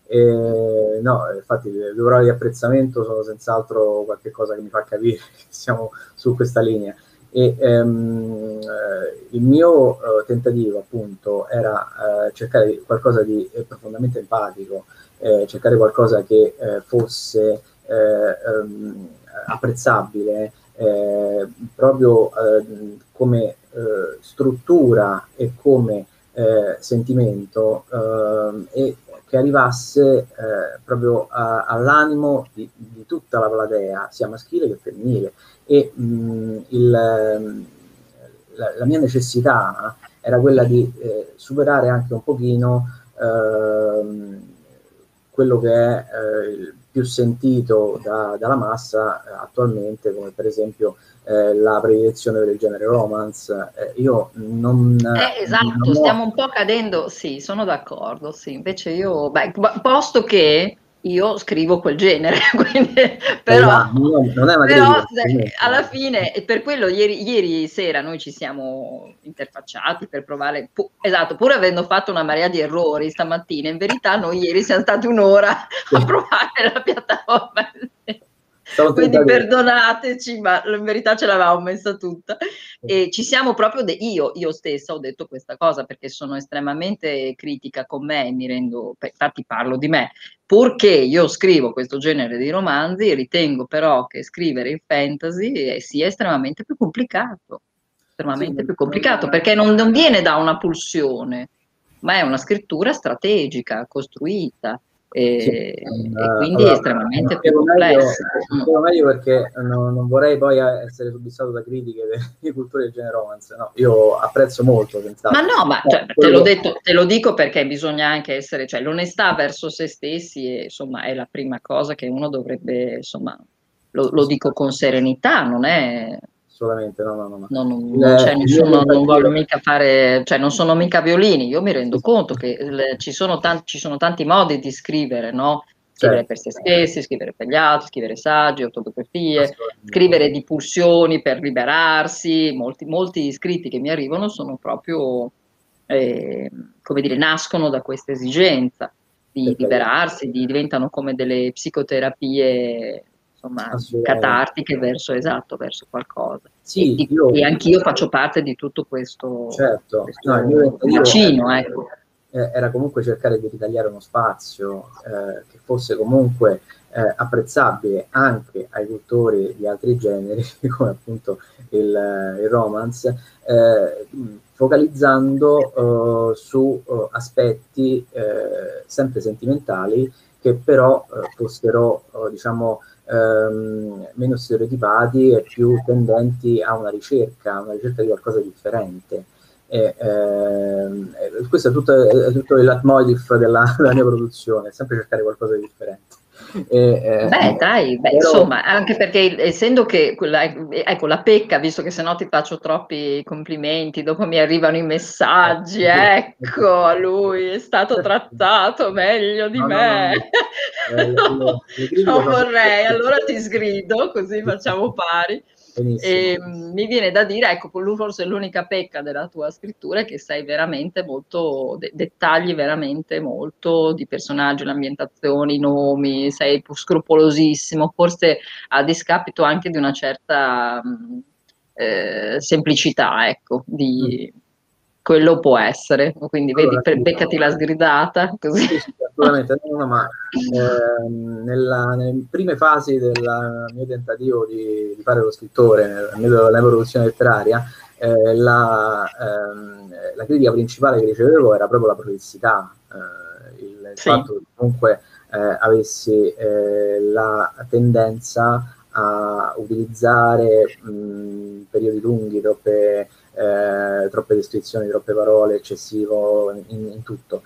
E, no, infatti le due parole di apprezzamento sono senz'altro qualche cosa che mi fa capire che siamo su questa linea. E ehm, eh, il mio eh, tentativo appunto era eh, cercare qualcosa di eh, profondamente empatico, eh, cercare qualcosa che eh, fosse eh, ehm, apprezzabile eh, proprio eh, come eh, struttura e come eh, sentimento eh, e che arrivasse eh, proprio a, all'animo di, di tutta la platea, sia maschile che femminile. E mh, il, la, la mia necessità era quella di eh, superare anche un pochino eh, quello che è eh, il più sentito da, dalla massa eh, attualmente, come per esempio eh, la predilezione del genere romance. Eh, io non, Eh, esatto, non ho... stiamo un po' cadendo, sì, sono d'accordo, sì, invece io, beh, posto che io scrivo quel genere, quindi, però, Non, non è una però critica. eh, alla fine, e per quello ieri, ieri sera noi ci siamo interfacciati per provare, pu- esatto, pur avendo fatto una marea di errori stamattina, in verità noi ieri siamo stati un'ora a provare la piattaforma. Stavo Quindi tentando. perdonateci, ma in verità ce l'avevamo messa tutta. E ci siamo proprio, de- io, io stessa ho detto questa cosa perché sono estremamente critica con me e mi rendo, beh, infatti parlo di me, purché io scrivo questo genere di romanzi, ritengo però che scrivere il fantasy eh, sia estremamente più complicato, Sì, estremamente non, più complicato, perché non, non viene da una pulsione, ma è una scrittura strategica, costruita. sì, E, non, e eh, quindi allora, estremamente più spiego meglio, complessa. Mm. spiego meglio perché non, non vorrei poi essere subissato da critiche dei cultori del genere romance. No, io apprezzo molto, Ma senz'altro. no, ma cioè, te l'ho Quello, detto, te lo dico perché bisogna anche essere, cioè l'onestà verso se stessi è, insomma, è la prima cosa che uno dovrebbe, insomma, lo, lo dico con serenità, non è, assolutamente, no, no, no, no. non, non- non Il, c'è il mio nessuno, non voglio tentativo, mica fare, cioè non sono mica violini, io mi sì, rendo sì, conto che il- ci sono tanti, ci sono tanti modi di scrivere, no? Scrivere certo, per se stessi, scrivere per gli altri, scrivere saggi, autobiografie, assolutamente. scrivere di pulsioni per liberarsi, molti, molti scritti che mi arrivano sono proprio, eh, come dire, nascono da questa esigenza di Per carità, liberarsi, di- diventano come delle psicoterapie, insomma, assolutamente. catartiche verso, esatto, verso qualcosa. E, Sì, di- io, e anch'io faccio parte di tutto questo, certo, no, il mio questo tentativo è bacino, ecco. eh, era comunque cercare di ritagliare uno spazio eh, che fosse comunque eh, apprezzabile anche ai cultori di altri generi, come appunto il, il romance, eh, focalizzando eh, su eh, aspetti eh, sempre sentimentali che però eh, fossero, eh, diciamo, ehm, meno stereotipati e più tendenti a una ricerca, a una ricerca di qualcosa di differente. E, ehm, questo è tutto, è tutto il leitmotiv della, della mia produzione, è sempre cercare qualcosa di differente. E, Beh, eh, dai, beh, però, insomma, anche perché essendo che quella, ecco, la pecca, visto che se no ti faccio troppi complimenti, dopo mi arrivano i messaggi, ecco, a lui è stato trattato meglio di no, no, no, me. no. Eh, le, le, No, le critiche non sono sempre vorrei, allora ti sgrido, così facciamo pari. benissimo. E, mh, mi viene da dire, ecco, quello forse è l'unica pecca della tua scrittura è che sei veramente molto, de- dettagli veramente molto di personaggi, le ambientazioni, i nomi, sei scrupolosissimo, forse a discapito anche di una certa mh, eh, semplicità, ecco, Mm. di quello può essere. Quindi vedi, Allora, per- sì, beccati la sgridata, così. sì, sì, assolutamente, no, no, ma ehm, nella- nelle prime fasi del mio tentativo di, di fare lo scrittore, nel metodo della produzione letteraria, eh, la, ehm, la critica principale che ricevevo era proprio la prolissità, eh, il, il Sì. fatto che comunque eh, avessi eh, la tendenza a utilizzare mh, periodi lunghi, troppe, eh, troppe descrizioni, troppe parole, eccessivo in, in tutto.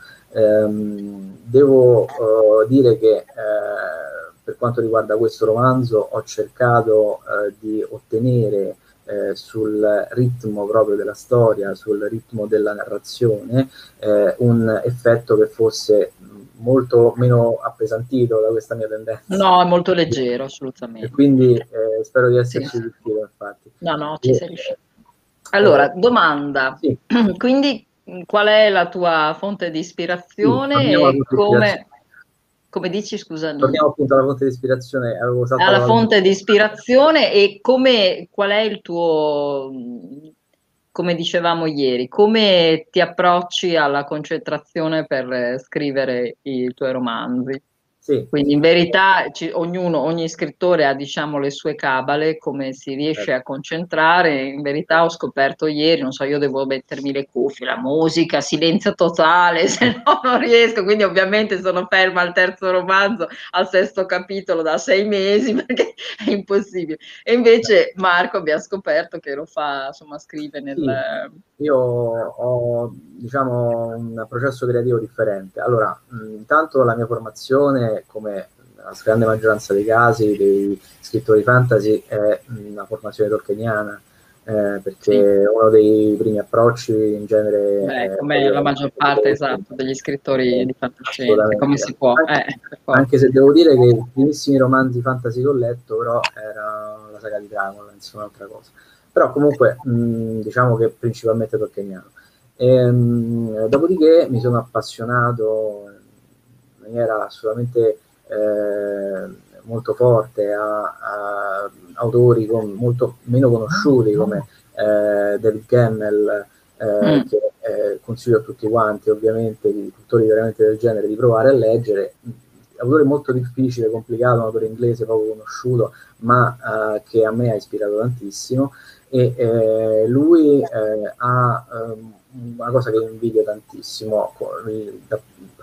Ehm, devo uh, dire che eh, per quanto riguarda questo romanzo ho cercato eh, di ottenere eh, sul ritmo proprio della storia, sul ritmo della narrazione, eh, un effetto che fosse molto meno appesantito da questa mia tendenza. No, è molto leggero, E assolutamente. quindi eh, spero di Sì. esserci riuscito, infatti. No, no, ci E, sei riuscito. eh, Allora, domanda. sì, Quindi, mh, qual è la tua fonte di sì, ispirazione torniamo alla e fonte di ispirazione. come, come dici, scusa, Torniamo non- appunto alla fonte di ispirazione, avevo saltato alla la... fonte di ispirazione e come, qual è il tuo, mh, come dicevamo ieri, come ti approcci alla concentrazione per eh, scrivere i tuoi romanzi? Sì, Quindi in verità ci- ognuno, ogni scrittore ha diciamo le sue cabale, come si riesce certo. a concentrare. In verità ho scoperto ieri, non so, io devo mettermi le cuffie, la musica, silenzio totale, se no non riesco. Quindi ovviamente sono ferma al terzo romanzo, al sesto capitolo da sei mesi perché è impossibile. E invece Marco abbiamo scoperto che lo fa, insomma, scrive nel... Sì, io ho, diciamo, un processo creativo differente. Allora, mh, intanto la mia formazione, come la grande maggioranza dei casi dei scrittori fantasy, è una formazione tolkieniana, eh, Sì, perché uno dei primi approcci in genere beh, è come la quello maggior di parte, Tolkien. esatto, degli scrittori Eh, di fantascienza, come assolutamente. si può? An- Eh, per forza. Anche se devo dire che i primissimi romanzi fantasy che ho letto, però, era la saga di Dracula, insomma, un'altra cosa. Però comunque, mh, diciamo che principalmente tolkieniano. Ehm, dopodiché mi sono appassionato in maniera assolutamente eh, molto forte a, a autori con, molto meno conosciuti come eh, David Gemmell, eh, Mm. che eh, consiglio a tutti quanti, ovviamente, di autori veramente del genere, di provare a leggere. Autore molto difficile, complicato, un autore inglese poco conosciuto, ma eh, che a me ha ispirato tantissimo. E eh, lui eh, ha um, una cosa che invidio tantissimo, da,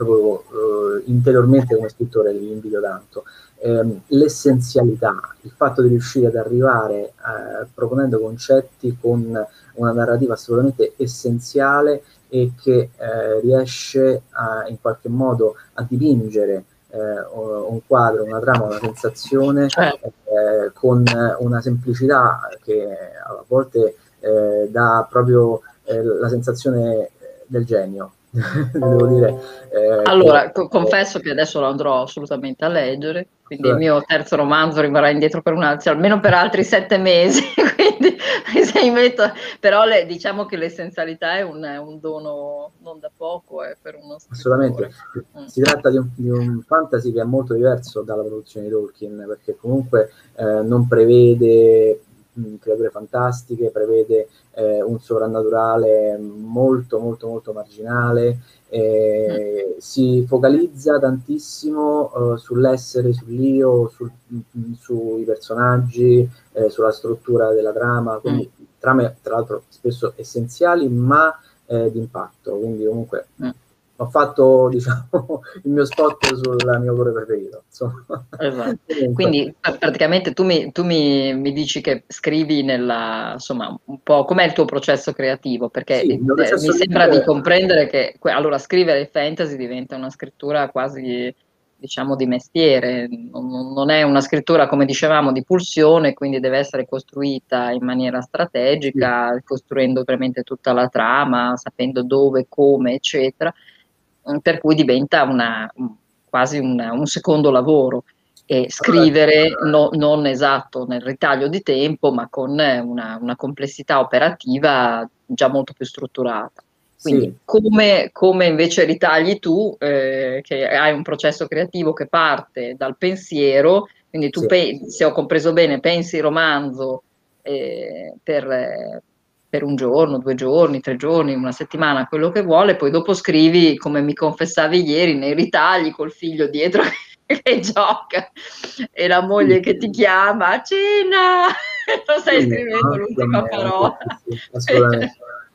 proprio uh, interiormente come scrittore gli invidio tanto, ehm, l'essenzialità, il fatto di riuscire ad arrivare eh, proponendo concetti con una narrativa assolutamente essenziale e che eh, riesce a, in qualche modo a dipingere eh, un quadro, una trama, una sensazione Certo. eh, con una semplicità che a volte eh, dà proprio eh, la sensazione del genio. Devo dire eh, che Allora, co- eh, confesso che adesso lo andrò assolutamente a leggere, quindi il cioè, mio terzo romanzo rimarrà indietro per un altro, almeno per altri sette mesi, quindi se mi metto- però le- diciamo che l'essenzialità è un, è un dono non da poco eh, per uno assolutamente, scrittore. Mm. si tratta di un, di un fantasy che è molto diverso dalla produzione di Tolkien, perché comunque eh, non prevede mh, creature fantastiche, prevede eh, un sovrannaturale molto molto molto marginale, Mm. eh, si focalizza tantissimo eh, sull'essere, sull'io, sul, mh, sui personaggi, eh, sulla struttura della trama, Mm. quindi trame tra l'altro spesso essenziali ma eh, di impatto, quindi comunque Mm. ho fatto, diciamo, il mio spot sul mio autore preferito, insomma. Esatto. Comunque, Quindi pra- praticamente tu mi, tu mi, mi dici che scrivi nella, insomma, un po' com'è il tuo processo creativo? Perché sì, il mio eh, mi processo sembra di creativo è comprendere che que- allora scrivere fantasy diventa una scrittura quasi, diciamo, di mestiere, non, non è una scrittura, come dicevamo, di pulsione, quindi deve essere costruita in maniera sì, strategica, costruendo veramente tutta la trama, sapendo dove, come, eccetera, mm, per cui diventa una, quasi un un secondo lavoro e allora, scrivere no- non esatto nel ritaglio di tempo, ma con una, una complessità operativa già molto più strutturata. Quindi, sì, come, come invece ritagli tu, eh, che hai un processo creativo che parte dal pensiero, quindi tu, sì, pe- se ho compreso bene, pensi il romanzo eh, per, eh, per un giorno, due giorni, tre giorni, una settimana, quello che vuole, poi dopo scrivi, come mi confessavi ieri, nei ritagli col figlio dietro che gioca e la moglie sì, che ti chiama a cena, lo sì, stai scrivendo no, più o l'ultima meno, parola. sì, sì, assolutamente.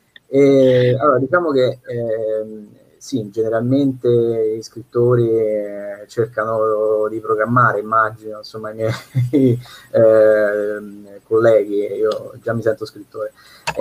E, allora, diciamo che ehm, sì, generalmente gli scrittori eh, cercano di programmare, immagino, insomma, i miei ehm, colleghi, io già mi sento scrittore.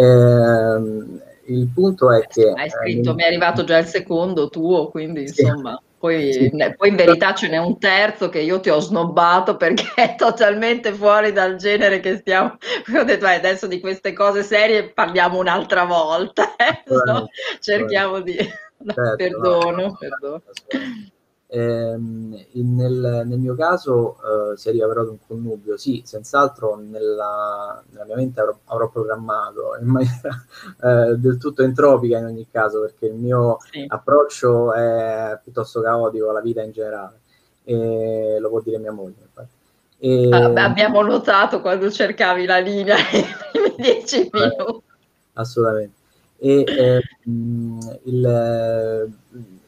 Ehm, il punto è che Hai eh, scritto, nel- mi è arrivato già il secondo tuo, quindi sì, insomma, poi, sì. ne- poi in verità ce n'è un terzo che io ti ho snobbato perché è totalmente fuori dal genere che stiamo. Ho detto, "Vai, adesso di queste cose serie parliamo un'altra volta, eh, no? Assolutamente, assolutamente. Cerchiamo di... no, Certo, no, perdono, perdono. assolutamente, assolutamente. Ehm, in- nel, nel mio caso eh, si arriva però ad un connubio, sì, senz'altro nella, nella mia mente avrò, avrò programmato in maniera eh, del tutto entropica in ogni caso, perché il mio Sì. approccio è piuttosto caotico alla vita in generale, e lo può dire mia moglie, infatti. Ah, beh, E, abbiamo notato quando cercavi la linea nei primi dieci eh, minuti. assolutamente. E eh, mh, il,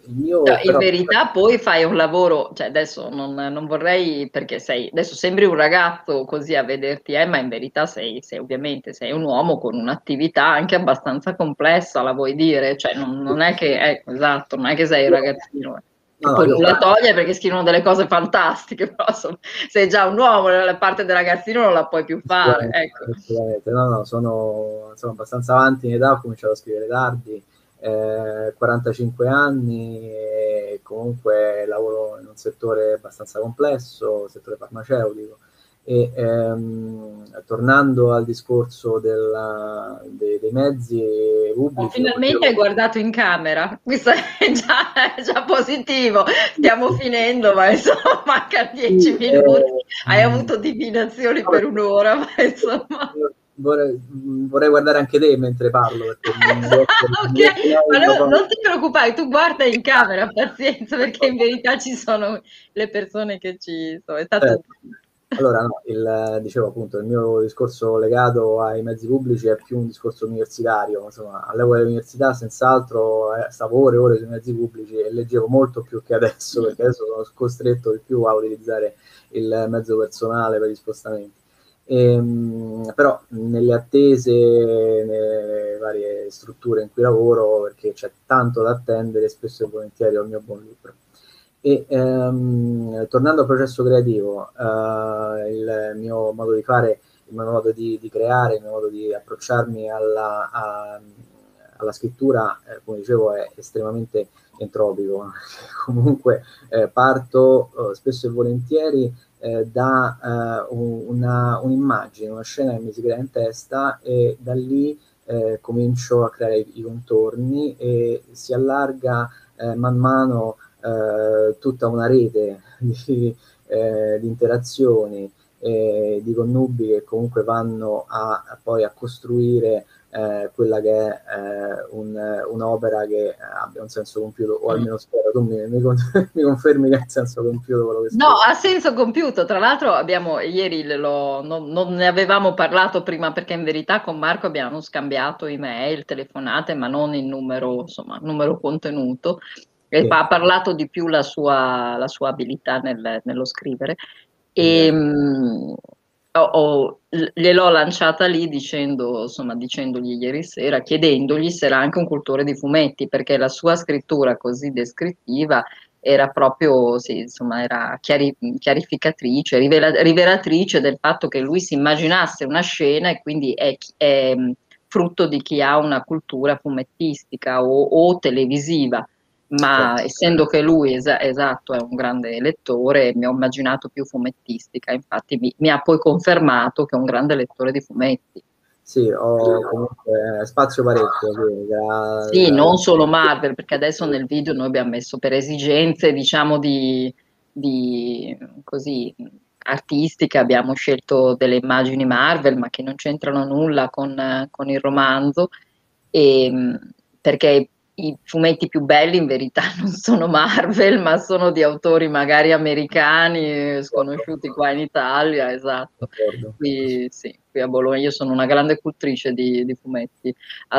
il mio Cioè, in però... verità poi fai un lavoro, cioè adesso non, non vorrei, perché sei, adesso sembri un ragazzo così a vederti, eh, ma in verità sei, sei ovviamente sei un uomo con un'attività anche abbastanza complessa, la vuoi dire? Cioè non, non è che, ecco, esatto, non è che sei un ragazzino, eh, che No, no, poi io non la toglie perché scrivono delle cose fantastiche, però insomma, sei già un uomo, la parte del ragazzino non la puoi più fare, Assolutamente, ecco. assolutamente. No, no, sono, sono abbastanza avanti in età, ho cominciato a scrivere tardi, eh, quarantacinque anni e comunque lavoro in un settore abbastanza complesso, settore farmaceutico. E ehm, tornando al discorso della, dei, dei mezzi Oh, pubblici, come finalmente hai dicevo, guardato in camera, questo è già, è già positivo, stiamo finendo, ma insomma mancano dieci sì, minuti, eh, hai mh, avuto divinazioni no, per perché un'ora, ma insomma... vorrei, vorrei guardare anche te mentre parlo perché mi riesco, mi Ok, riesco ma meglio no- poi. non ti preoccupare, tu guarda in camera, pazienza, perché in verità ci sono le persone che ci sono, è stato... Certo. Allora, no, il, dicevo appunto, il mio discorso legato ai mezzi pubblici è più un discorso universitario, insomma, all'epoca dell'università senz'altro eh, stavo ore e ore sui mezzi pubblici e leggevo molto più che adesso, perché adesso sono costretto di più a utilizzare il mezzo personale per gli spostamenti. Ehm, però nelle attese, nelle varie strutture in cui lavoro, perché c'è tanto da attendere, spesso e volentieri ho il mio buon libro. E ehm, tornando al processo creativo, eh, il mio modo di fare, il mio modo di, di creare, il mio modo di approcciarmi alla, a, alla scrittura, eh, come dicevo, è estremamente entropico. Comunque eh, parto eh, spesso e volentieri eh, da eh, una, un'immagine, una scena che mi si crea in testa e da lì eh, comincio a creare i, i contorni e si allarga eh, man mano eh, tutta una rete di, eh, di interazioni e di connubi che comunque vanno a, a poi a costruire eh, quella che è eh, un, un'opera che abbia un senso compiuto, o almeno spero, tu mi, mi, mi confermi che ha un senso compiuto quello che No, scrivo. ha senso compiuto. Tra l'altro abbiamo, ieri lo- non, non ne avevamo parlato prima perché in verità con Marco abbiamo scambiato email, telefonate, ma non il numero, insomma, numero contenuto. E Sì, ha parlato di più la sua, la sua abilità nel- nello scrivere. E, ringrazio. mh, ho- ho- gliel'ho lanciata lì dicendo, insomma, dicendogli ieri sera, chiedendogli se era anche un cultore di fumetti, perché la sua scrittura così descrittiva era proprio, sì, insomma, era chiari- chiarificatrice, rivela- rivelatrice del fatto che lui si immaginasse una scena e quindi è, è, mh, frutto di chi ha una cultura fumettistica o, o televisiva. Ma Certo. essendo che lui, esa- esatto, è un grande lettore, mi ho immaginato più fumettistica, infatti mi, mi ha poi confermato che è un grande lettore di fumetti. Sì, ho comunque spazio parecchio, sì, da, Sì, da, non solo Marvel, perché adesso nel video noi abbiamo messo per esigenze, diciamo, di, di, così, artistiche, abbiamo scelto delle immagini Marvel, ma che non c'entrano nulla con, eh, con il romanzo, e, mh, perché i fumetti più belli in verità non sono Marvel, ma sono di autori magari americani, eh, sconosciuti qua in Italia, esatto. d'accordo. Qui, sì, qui a Bologna io sono una grande cultrice di, di fumetti.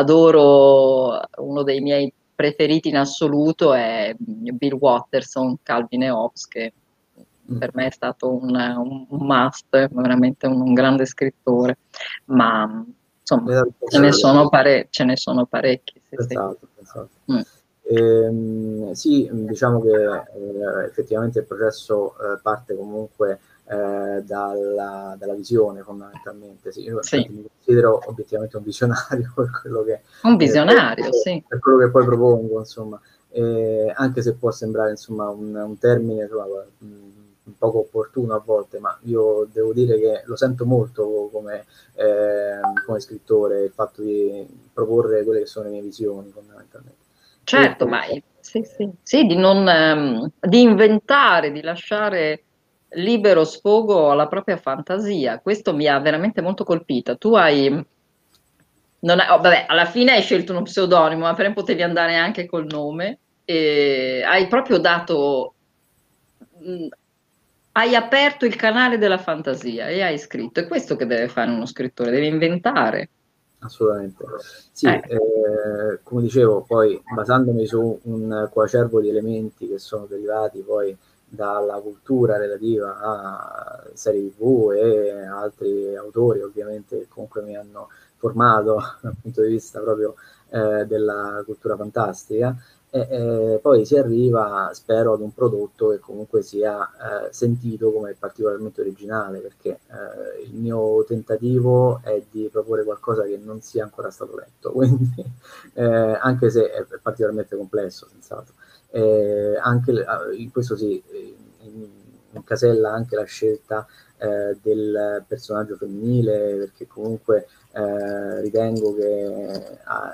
Adoro, uno dei miei preferiti in assoluto è Bill Watterson, Calvin e Hobbes, che Mm. per me è stato un, un- un must, veramente un, un grande scrittore, ma Mi insomma dà il ce ne piacere. sono, pare- ce ne sono parecchi. Sì, sì. Senz'altro, senz'altro. Mm. Ehm, sì, diciamo che eh, effettivamente il processo eh, parte comunque eh, dalla, dalla visione fondamentalmente. Sì, io Sì, infatti mi considero obiettivamente un visionario per quello che, un eh, poi, visionario, sì. per quello che poi propongo, insomma. Eh, anche se può sembrare insomma, un, un termine insomma, mh, un poco opportuno a volte, ma io devo dire che lo sento molto come, eh, come scrittore, il fatto di proporre quelle che sono le mie visioni fondamentalmente. E, Certo, ma sì, sì, sì, di non, ehm, di inventare, di lasciare libero sfogo alla propria fantasia. Questo mi ha veramente molto colpita. Tu hai, non hai- oh, vabbè, alla fine hai scelto uno pseudonimo, ma per potevi andare anche col nome e hai proprio dato, mh, hai aperto il canale della fantasia e hai scritto. È questo che deve fare uno scrittore, deve inventare. Assolutamente. Sì, Eh. eh, come dicevo, poi basandomi su un coacervo di elementi che sono derivati poi dalla cultura relativa a serie tivù e altri autori, ovviamente, che comunque mi hanno formato dal punto di vista proprio eh, della cultura fantastica, e, e poi si arriva, spero, ad un prodotto che comunque sia eh, sentito come particolarmente originale, perché eh, il mio tentativo è di proporre qualcosa che non sia ancora stato letto, quindi eh, anche se è particolarmente complesso, senz'altro. Eh, anche in questo si incasella anche la scelta eh, del personaggio femminile, perché comunque eh, ritengo che eh,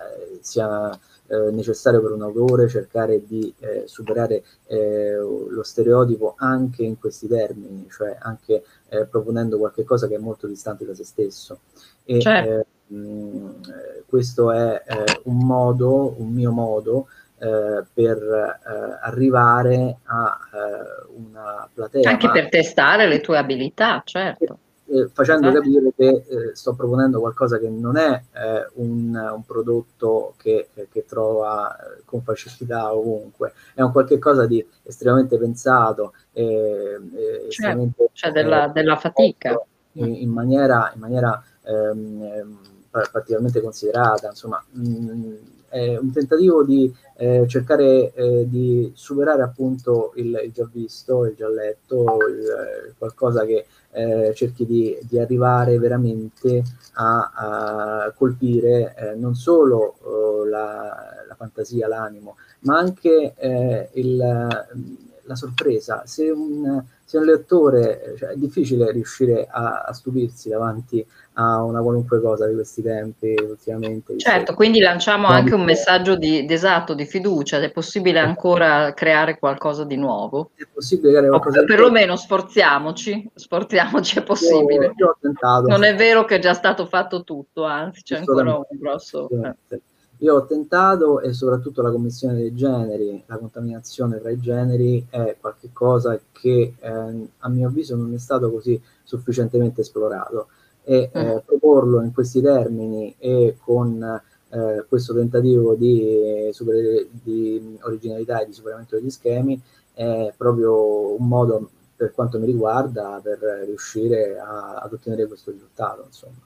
sia eh, necessario per un autore cercare di eh, superare eh, lo stereotipo anche in questi termini, cioè anche eh, proponendo qualche cosa che è molto distante da se stesso. E Certo. eh, mh, questo è eh, un modo, un mio modo eh, per eh, arrivare a eh, una platea, Anche ma per testare le tue abilità, certo. eh, facendo Esatto. capire che eh, sto proponendo qualcosa che non è eh, un, un prodotto che, che trova eh, con facilità ovunque, è un qualche cosa di estremamente pensato, eh, eh, Certo, estremamente c'è eh, della, della fatica. in, in maniera, in maniera ehm, particolarmente considerata, insomma, mh, è un tentativo di eh, cercare eh, di superare appunto il, il già visto, il già letto, il, qualcosa che eh, cerchi di, di arrivare veramente a, a colpire eh, non solo eh, la, la fantasia, l'animo, ma anche eh, il, la sorpresa. Se un, se un lettore, cioè, è difficile riuscire a, a stupirsi davanti a una qualunque cosa di questi tempi ultimamente, visto Certo, quindi lanciamo no, anche un messaggio di, di esatto, di fiducia. È possibile ancora creare qualcosa di nuovo? è possibile creare O qualcosa di nuovo. perlomeno sforziamoci, sforziamoci, è Io, possibile. io ho tentato. Non è vero che è già stato fatto tutto, anzi c'è ancora un Assolutamente, grosso... eh. assolutamente. Io ho tentato, e soprattutto la commissione dei generi, la contaminazione tra i generi è qualcosa che eh, a mio avviso non è stato così sufficientemente esplorato, e Mm. eh, proporlo in questi termini e con eh, questo tentativo di, super, di originalità e di superamento degli schemi è proprio un modo, per quanto mi riguarda, per riuscire a, ad ottenere questo risultato, insomma.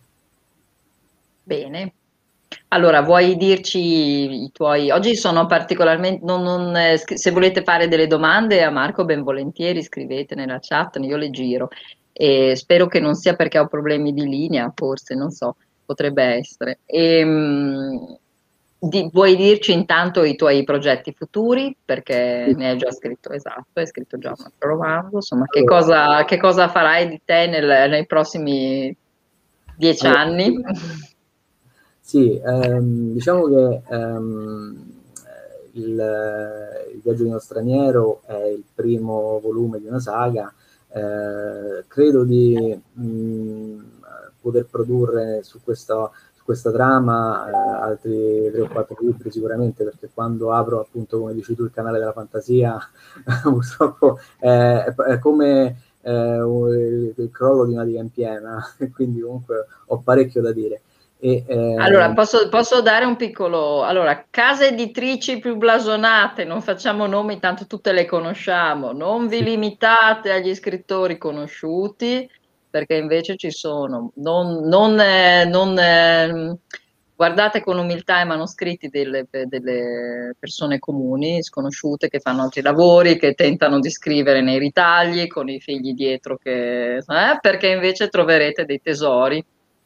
Bene. Allora, vuoi dirci i tuoi... Oggi sono particolarmente... non- non, eh, scri- se volete fare delle domande a Marco, ben volentieri, scrivete nella chat, io le giro. E spero che non sia perché ho problemi di linea, forse, non so, potrebbe essere. Ehm, di- vuoi dirci intanto i tuoi progetti futuri? Perché ne hai già scritto, esatto, hai scritto già un altro romanzo, insomma, che Allora, cosa, che cosa farai di te nel- nei prossimi dieci allora, anni? sì, ehm, diciamo che ehm, il, il Viaggio di uno straniero è il primo volume di una saga. Eh, credo di mh, poter produrre su questa, su questa trama eh, altri tre o quattro libri sicuramente, perché quando apro, appunto, come dici tu, il canale della fantasia, purtroppo è, è come eh, il, il crollo di una diga in piena, quindi comunque ho parecchio da dire. E, Allora, eh, posso, posso dare un piccolo... Allora, case editrici più blasonate, non facciamo nomi, tanto tutte le conosciamo, non vi sì, limitate agli scrittori conosciuti, perché invece ci sono. Non, non, eh, non, eh, guardate con umiltà i manoscritti delle, delle persone comuni, sconosciute, che fanno altri lavori, che tentano di scrivere nei ritagli, con i figli dietro, che, eh, perché invece troverete dei tesori.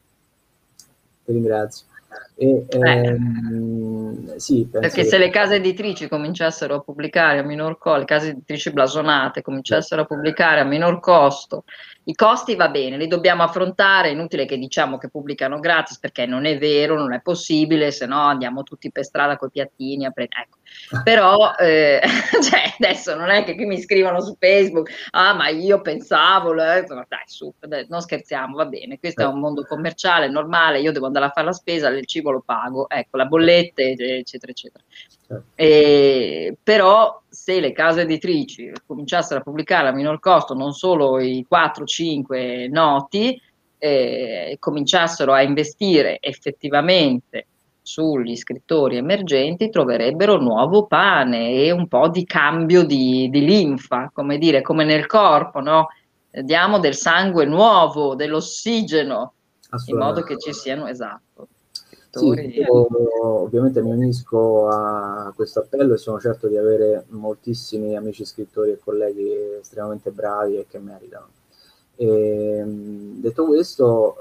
ti ringrazio. E, Eh. ehm, sì, penso Perché che se le case editrici cominciassero a pubblicare a minor costo, le case editrici blasonate cominciassero a pubblicare a minor costo, i costi va bene, li dobbiamo affrontare, è inutile che diciamo che pubblicano gratis, perché non è vero, non è possibile, se no andiamo tutti per strada coi piattini a prendere. Ecco. Però eh, cioè, adesso non è che qui mi scrivono su Facebook, ah ma io pensavo, eh, dai su, dai, non scherziamo, va bene, questo è eh, un mondo commerciale, normale, io devo andare a fare la spesa, il cibo lo pago, ecco, la bolletta, eccetera, eccetera. certo. E, però se le case editrici cominciassero a pubblicare a minor costo non solo i quattro cinque noti, eh, cominciassero a investire effettivamente sugli scrittori emergenti, troverebbero nuovo pane e un po' di cambio di, di linfa, come dire, come nel corpo, no? Diamo del sangue nuovo, dell'ossigeno, in modo che ci siano, esatto, Sì, scrittori. io ovviamente mi unisco a questo appello e sono certo di avere moltissimi amici scrittori e colleghi estremamente bravi e che meritano. E, detto questo,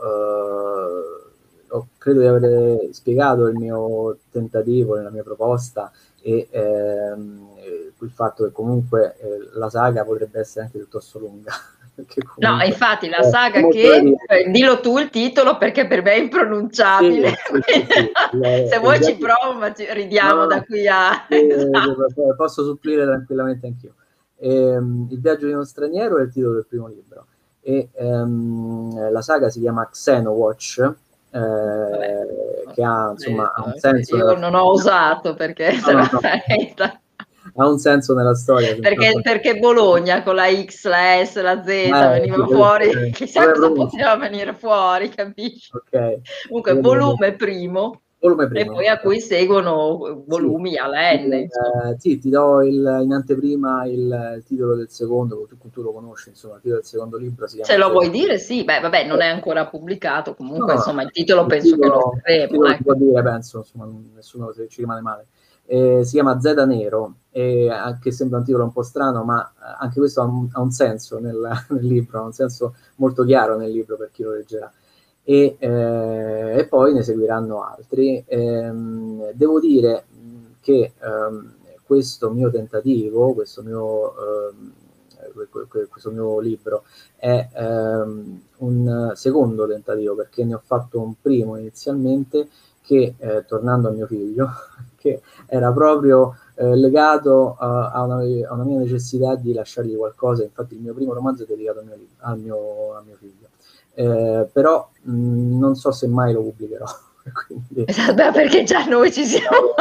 eh, credo di aver spiegato il mio tentativo nella mia proposta e ehm, il fatto che comunque eh, la saga potrebbe essere anche piuttosto lunga. No, Comunque, infatti la eh, saga che, eh, dillo tu il titolo perché per me è impronunciabile, sì, sì, sì, sì. se Il, il vuoi ci viaggio... provo, ma ci No, ridiamo no, da no. qui a... Sì, posso supplire tranquillamente anch'io. Ehm, il viaggio di uno straniero è il titolo del primo libro e ehm, la saga si chiama Xenowatch, Vabbè, eh, ho che ha insomma ha un preso. senso Io nella non ho osato perché no, se no, la no. merita. Ha un senso nella storia. Perché, perché Bologna con la X, la S, la Z Eh, veniva fuori, eh, chissà come cosa pronuncia? poteva venire fuori, capisci? Ok. Comunque, volume primo Volume e primo. poi a cui seguono Sì, volumi alla il, N, insomma. eh, sì, ti do il, in anteprima il, il titolo del secondo, tu, tu lo conosci, insomma, il titolo del secondo libro si Se chiama lo Z. vuoi dire, sì, beh, vabbè, non è ancora pubblicato, No, comunque, no, insomma, il titolo il penso che lo titolo, il terremo, titolo si può ecco. dire, penso, insomma, nessuno se ci rimane male. Eh, si chiama Zeta Nero, e anche sembra un titolo un po' strano, ma anche questo ha un, ha un senso nel, nel libro, ha un senso molto chiaro nel libro per chi lo leggerà. E, eh, e poi ne seguiranno altri. Ehm, devo dire che ehm, questo mio tentativo, questo mio, ehm, questo mio libro è ehm, un secondo tentativo, perché ne ho fatto un primo inizialmente che, eh, tornando a mio figlio, che era proprio eh, legato a, a, una, a, una, mia necessità di lasciargli qualcosa. Infatti il mio primo romanzo è dedicato al mio, al mio, al mio figlio. Eh, però mh, non so se mai lo pubblicherò. Quindi, Esatto, perché già noi ci siamo...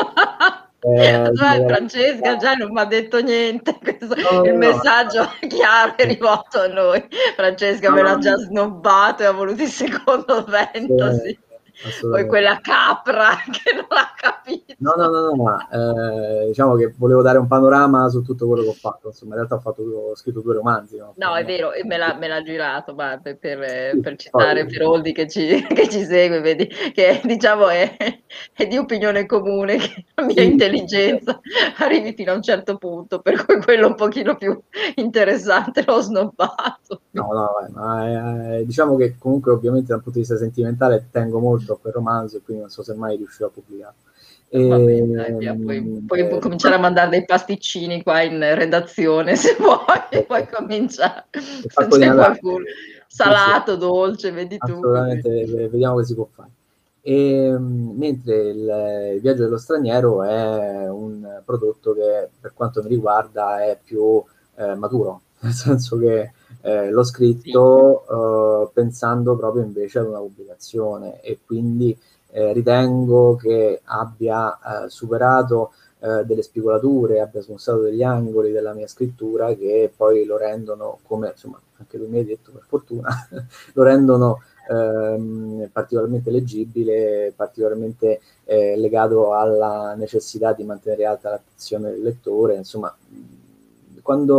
eh, Cioè, Francesca già non mi ha detto niente, questo, no, il no, no, messaggio chiaro è rivolto a noi. Francesca no, me no, l'ha già no, snobbato e ha voluto il secondo vento, sì. assolutamente, Poi assolutamente. quella capra che non ha No, no, capito. no, no, ma eh, diciamo che volevo dare un panorama su tutto quello che ho fatto. Insomma, in realtà ho, fatto, ho scritto due romanzi. No? No, è vero, e me l'ha, me l'ha girato, ma per, per, Sì, per citare poi, Feroldi che ci, che ci segue, vedi, che diciamo è, è di opinione comune che la mia sì, intelligenza arrivi fino a un certo punto, per cui quello un pochino più interessante l'ho snobbato. no, no, ma eh, diciamo che comunque ovviamente dal punto di vista sentimentale tengo molto a quel romanzo e quindi non so se mai riuscirò a pubblicarlo. Va E, bene, dai, via, puoi, ehm, puoi eh, cominciare a mandare dei pasticcini qua in redazione se vuoi, puoi ecco, cominciare, il se pacco di c'è Natale. qualcuno, Sì, sì, salato, dolce, vedi tu così. assolutamente, eh, vediamo che si può fare. E, mh, mentre il, il viaggio dello straniero è un prodotto che per quanto mi riguarda è più eh, maturo, nel senso che eh, l'ho Sì. scritto eh, pensando proprio invece ad una pubblicazione e quindi eh, ritengo che abbia eh, superato eh, delle spigolature, abbia smussato degli angoli della mia scrittura che poi lo rendono, come insomma anche lui mi ha detto per fortuna, lo rendono ehm, particolarmente leggibile, particolarmente eh, legato alla necessità di mantenere alta l'attenzione del lettore. Insomma, quando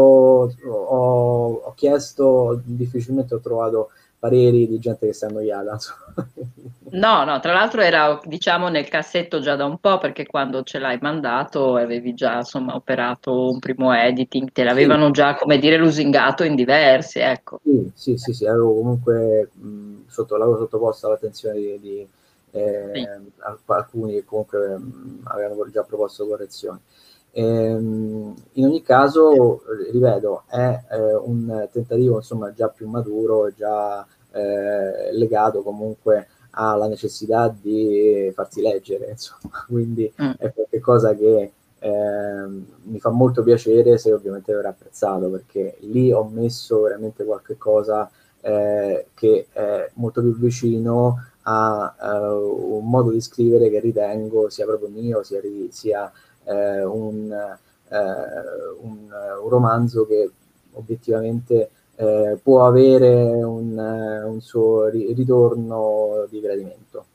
ho, ho chiesto, difficilmente ho trovato pareri di gente che si è annoiata. No, no, tra l'altro era, diciamo, nel cassetto già da un po', perché quando ce l'hai mandato avevi già, insomma, operato un primo editing, te Sì, l'avevano già, come dire, lusingato in diversi, ecco. sì, sì, sì, sì, avevo comunque mh, sotto, l'avevo sottoposto all'attenzione di, di Sì. eh, alcuni che comunque mh, avevano già proposto correzioni. Ehm, in ogni caso, ripeto, è eh, un tentativo insomma già più maturo, già eh, legato comunque alla necessità di farsi leggere, insomma, quindi Mm. è qualcosa che eh, mi fa molto piacere se ovviamente verrà apprezzato, perché lì ho messo veramente qualche cosa eh, che è molto più vicino a uh, un modo di scrivere che ritengo sia proprio mio, sia, sia eh, un, eh, un, un romanzo che obiettivamente eh, può avere un, un suo ri- ritorno di gradimento.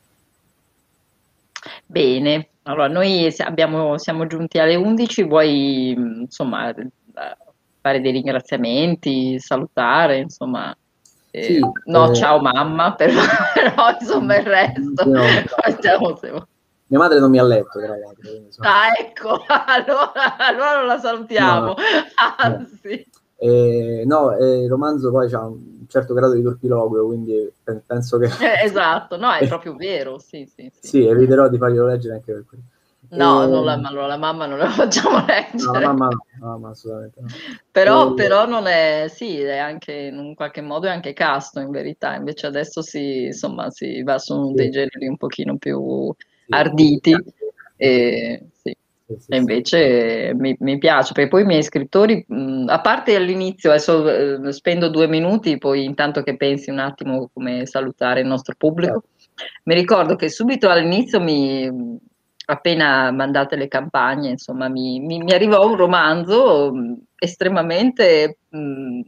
Bene, allora noi si- abbiamo- siamo giunti alle undici, vuoi mh, insomma eh, fare dei ringraziamenti, salutare, insomma, Sì, eh, no, eh, ciao mamma, però, però, insomma il resto, no, facciamo se- mia madre non mi ha letto, tra l'altro. quindi so- Ah, ecco, allora, allora non la No, no, salutiamo, no. anzi. Eh, no, eh, il romanzo poi ha un certo grado di torpiloquio, quindi pe- penso che Eh, esatto, no, è proprio vero, sì, sì, sì. sì, eviterò di farglielo leggere anche per quello. No, non E, la, allora, la mamma non la facciamo no, la leggere. mamma no, la mamma assolutamente no. Però, E, però non è, sì, è anche in un qualche modo è anche casto in verità, invece adesso si, insomma, si va su sì, dei generi un pochino più sì, arditi sì, e, sì. sì, sì, E sì. invece mi, mi piace, perché poi i miei scrittori, mh, a parte all'inizio, adesso eh, spendo due minuti, poi intanto che pensi un attimo come salutare il nostro pubblico, Certo. mi ricordo che subito all'inizio mi appena mandate le campagne, insomma, mi, mi- mi arrivò un romanzo mh, estremamente mh,